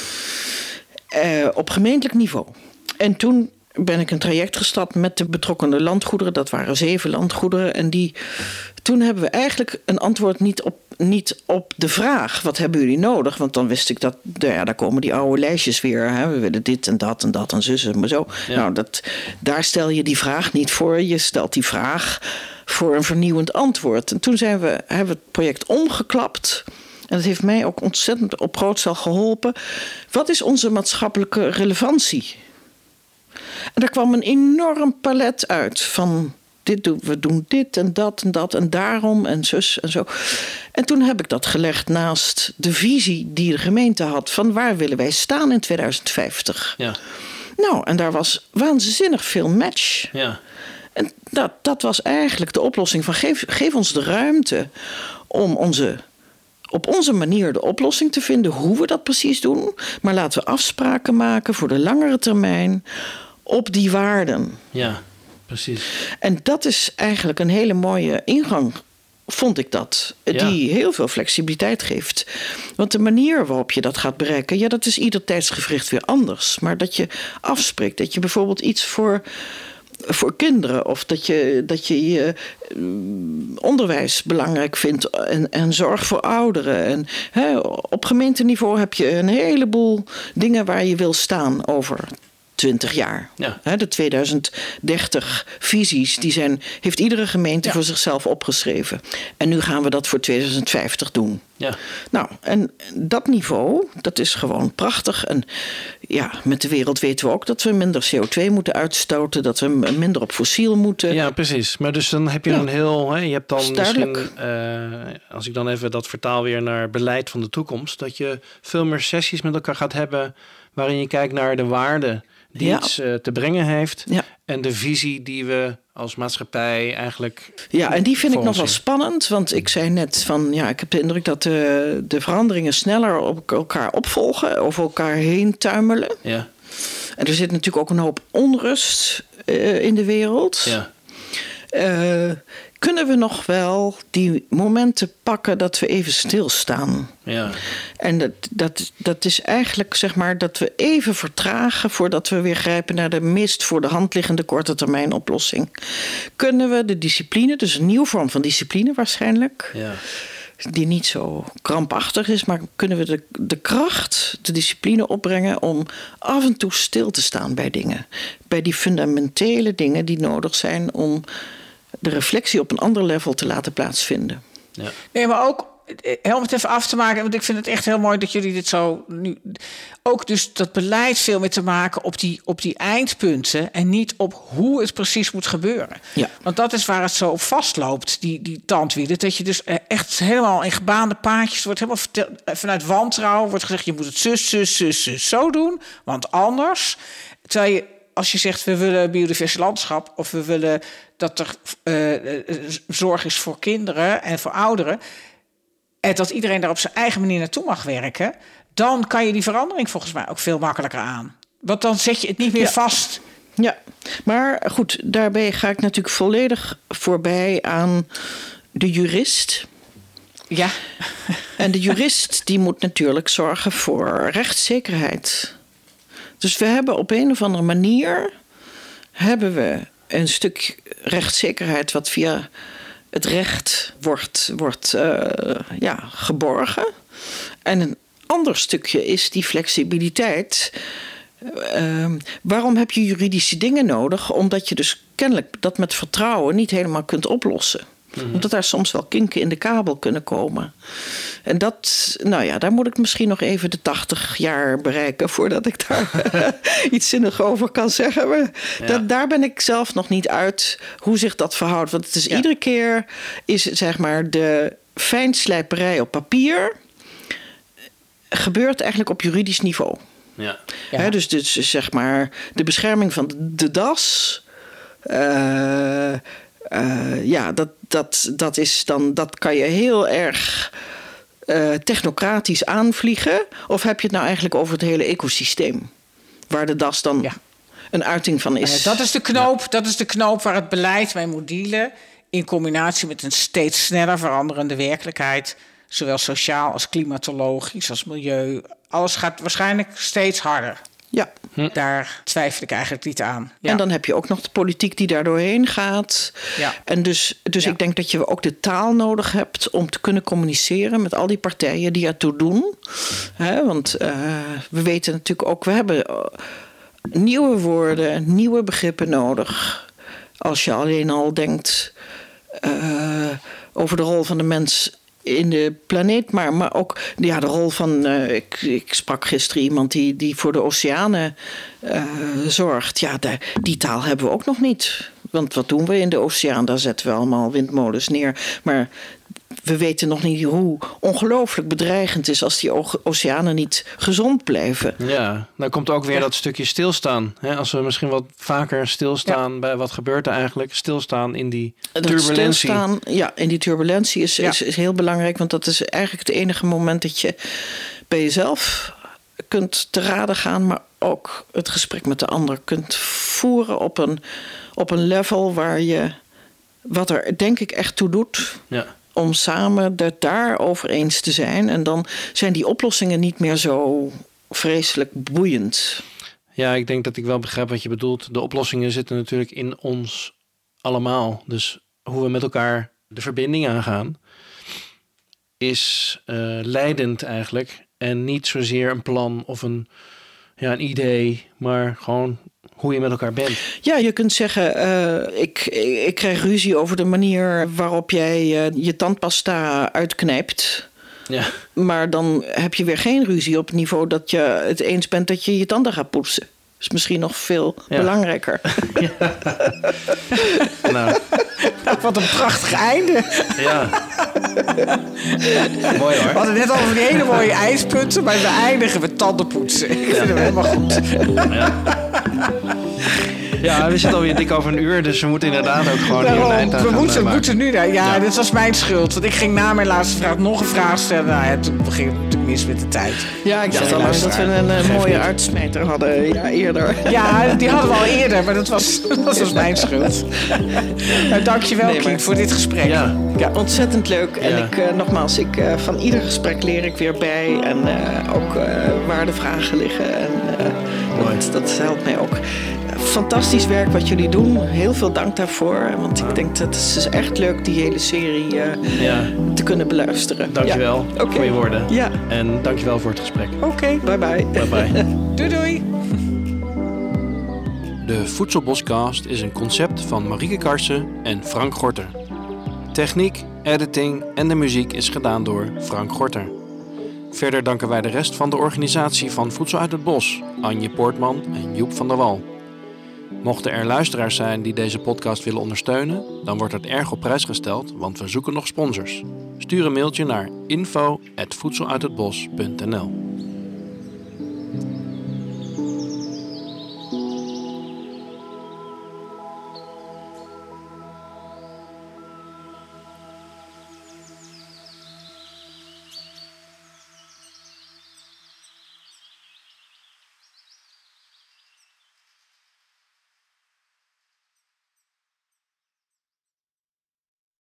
Uh, op gemeentelijk niveau. En toen ben ik een traject gestart met de betrokkenen landgoederen. Dat waren zeven landgoederen. En die, toen hebben we eigenlijk een antwoord niet op, niet op de vraag, wat hebben jullie nodig? Want dan wist ik dat, ja, daar komen die oude lijstjes weer. Hè? We willen dit en dat en dat en zus en maar zo. Ja. Nou, dat, daar stel je die vraag niet voor. Je stelt die vraag voor een vernieuwend antwoord. En toen zijn we, hebben we het project omgeklapt. En dat heeft mij ook ontzettend op groot schaal geholpen. Wat is onze maatschappelijke relevantie? En daar kwam een enorm palet uit van dit doen, we doen dit en dat en dat en daarom en zus en zo. En toen heb ik dat gelegd naast de visie die de gemeente had van waar willen wij staan in tweeduizend vijftig. Ja. Nou, en daar was waanzinnig veel match. Ja. En dat, dat was eigenlijk de oplossing van geef, geef ons de ruimte om onze, op onze manier de oplossing te vinden, hoe we dat precies doen. Maar laten we afspraken maken voor de langere termijn op die waarden. Ja, precies. En dat is eigenlijk een hele mooie ingang, vond ik dat. Ja. Die heel veel flexibiliteit geeft. Want de manier waarop je dat gaat bereiken, ja, dat is ieder tijdsgevricht weer anders. Maar dat je afspreekt, dat je bijvoorbeeld iets voor, voor kinderen, of dat je dat je, je onderwijs belangrijk vindt en, en zorg voor ouderen. En, hè, op gemeenteniveau heb je een heleboel dingen waar je wil staan over twintig jaar. Ja. De tweeduizend dertig visies, die zijn, heeft iedere gemeente ja. voor zichzelf opgeschreven. En nu gaan we dat voor tweeduizend vijftig doen. Ja. Nou, en dat niveau, dat is gewoon prachtig. En ja, met de wereld weten we ook dat we minder C O twee moeten uitstoten, dat we minder op fossiel moeten. Ja, precies. Maar dus dan heb je ja. een heel, hè, je hebt dan misschien, uh, als ik dan even dat vertaal weer naar beleid van de toekomst, dat je veel meer sessies met elkaar gaat hebben waarin je kijkt naar de waarden die ja. iets uh, te brengen heeft. Ja. En de visie die we als maatschappij eigenlijk... Ja, en die vind ik nog wel spannend. Want ik zei net van, ja, ik heb de indruk dat de, de veranderingen sneller op elkaar opvolgen, over elkaar heen tuimelen. Ja. En er zit natuurlijk ook een hoop onrust uh, in de wereld. Ja. Uh, kunnen we nog wel die momenten pakken dat we even stilstaan? Ja. En dat, dat, dat is eigenlijk, zeg maar, dat we even vertragen voordat we weer grijpen naar de meest voor de hand liggende korte termijn oplossing. Kunnen we de discipline, dus een nieuwe vorm van discipline waarschijnlijk, ja. die niet zo krampachtig is, maar kunnen we de, de kracht, de discipline opbrengen om af en toe stil te staan bij dingen. Bij die fundamentele dingen die nodig zijn om de reflectie op een ander level te laten plaatsvinden. Ja. Nee, maar ook, help het even af te maken, want ik vind het echt heel mooi dat jullie dit zo nu... Ook dus dat beleid veel meer te maken op die, op die eindpunten en niet op hoe het precies moet gebeuren. Ja. Want dat is waar het zo op vastloopt, die, die tandwielen. Dat je dus echt helemaal in gebaande paadjes wordt helemaal verteld, vanuit wantrouwen wordt gezegd, je moet het zus, zus, zus, zus zo doen, want anders... Terwijl je, als je zegt, we willen biodiverse landschap, of we willen dat er uh, zorg is voor kinderen en voor ouderen, en dat iedereen daar op zijn eigen manier naartoe mag werken, dan kan je die verandering volgens mij ook veel makkelijker aan. Want dan zet je het niet meer ja. vast Ja, maar goed, daarbij ga ik natuurlijk volledig voorbij aan de jurist. Ja. En de jurist die moet natuurlijk zorgen voor rechtszekerheid. Dus we hebben op een of andere manier hebben we een stuk rechtszekerheid wat via het recht wordt, wordt uh, ja, geborgen. En een ander stukje is die flexibiliteit. Uh, waarom heb je juridische dingen nodig? Omdat je dus kennelijk dat met vertrouwen niet helemaal kunt oplossen. Mm-hmm. Omdat daar soms wel kinken in de kabel kunnen komen. En dat, nou ja, daar moet ik misschien nog even de tachtig jaar bereiken voordat ik daar iets zinnig over kan zeggen. Maar ja. dat, daar ben ik zelf nog niet uit hoe zich dat verhoudt. Want het is ja. iedere keer is zeg maar de fijnslijperij op papier gebeurt eigenlijk op juridisch niveau. Ja. Ja. He, dus, dus zeg maar de bescherming van de das. Uh, uh, ja, dat, dat, dat is dan dat kan je heel erg uh, technocratisch aanvliegen. Of heb je het nou eigenlijk over het hele ecosysteem, waar de das dan ja. een uiting van is? Uh, dat is de knoop. Ja. Dat is de knoop waar het beleid mee moet dealen, in combinatie met een steeds sneller veranderende werkelijkheid, zowel sociaal als klimatologisch als milieu. Alles gaat waarschijnlijk steeds harder. Ja. Hm. Daar twijfel ik eigenlijk niet aan. Ja. En dan heb je ook nog de politiek die daar doorheen gaat. Ja. En dus, dus ja. ik denk dat je ook de taal nodig hebt om te kunnen communiceren met al die partijen die ertoe doen. He, want uh, we weten natuurlijk ook, we hebben nieuwe woorden, nieuwe begrippen nodig. Als je alleen al denkt uh, over de rol van de mens in de planeet, maar, maar ook ja, de rol van... Uh, ik, ik sprak gisteren iemand die, die voor de oceanen uh, zorgt. Ja, de, die taal hebben we ook nog niet. Want wat doen we in de oceaan? Daar zetten we allemaal windmolens neer. Maar we weten nog niet hoe ongelooflijk bedreigend is als die o- oceanen niet gezond blijven. Ja, dan komt ook weer ja. dat stukje stilstaan. Hè? Als we misschien wat vaker stilstaan ja. bij wat gebeurt er eigenlijk. Stilstaan in die turbulentie. Stilstaan, ja, in die turbulentie is, ja. is, is heel belangrijk. Want dat is eigenlijk het enige moment dat je bij jezelf kunt te raden gaan, maar ook het gesprek met de ander kunt voeren op een, op een level waar je, wat er denk ik echt toe doet, ja. om samen het daarover eens te zijn. En dan zijn die oplossingen niet meer zo vreselijk boeiend. Ja, ik denk dat ik wel begrijp wat je bedoelt. De oplossingen zitten natuurlijk in ons allemaal. Dus hoe we met elkaar de verbinding aangaan is uh, leidend eigenlijk. En niet zozeer een plan of een, ja, een idee, maar gewoon hoe je met elkaar bent. Ja, je kunt zeggen, uh, ik, ik krijg ruzie over de manier waarop jij uh, je tandpasta uitknijpt. Ja. Maar dan heb je weer geen ruzie op het niveau dat je het eens bent dat je je tanden gaat poetsen. Dat is misschien nog veel ja. belangrijker. Ja. Nou. Wat een prachtig einde. Ja. Mooi hoor. We hadden net al over die hele mooie ijspunten, maar we eindigen met tandenpoetsen. Ik vind ja. hem helemaal goed. Ja. Ja, we zitten alweer dik over een uur, dus we moeten inderdaad ook gewoon Daarom, hier een eind aan we gaan moeten, maken. moeten nu daar. Ja, ja, dit was mijn schuld. Want ik ging na mijn laatste vraag nog een vraag stellen. Nou ja, toen ging het natuurlijk mis met de tijd. Ja, ik dacht al lang dat we een uh, mooie uitsmijter hadden ja, eerder. Ja, die hadden we al eerder, maar dat was, dat was mijn schuld. Nou, dankjewel, nee, Kiek, voor dit gesprek. Ja, ja ontzettend leuk. En ja. ik, uh, nogmaals, ik, uh, van ieder gesprek leer ik weer bij. En uh, ook uh, waar de vragen liggen. En uh, dat, dat helpt mij ook. Fantastisch werk wat jullie doen. Heel veel dank daarvoor. Want ik denk dat het is echt leuk die hele serie uh, ja. te kunnen beluisteren. Dankjewel ja. okay. voor je woorden. Ja. En dankjewel voor het gesprek. Oké, okay. bye bye. Bye bye. Doei doei. De Voedselboscast is een concept van Marieke Karsen en Frank Gorter. Techniek, editing en de muziek is gedaan door Frank Gorter. Verder danken wij de rest van de organisatie van Voedsel uit het Bos, Anje Poortman en Joep van der Wal. Mochten er luisteraars zijn die deze podcast willen ondersteunen, dan wordt het erg op prijs gesteld, want we zoeken nog sponsors. Stuur een mailtje naar info at voedseluithetbos punt n l.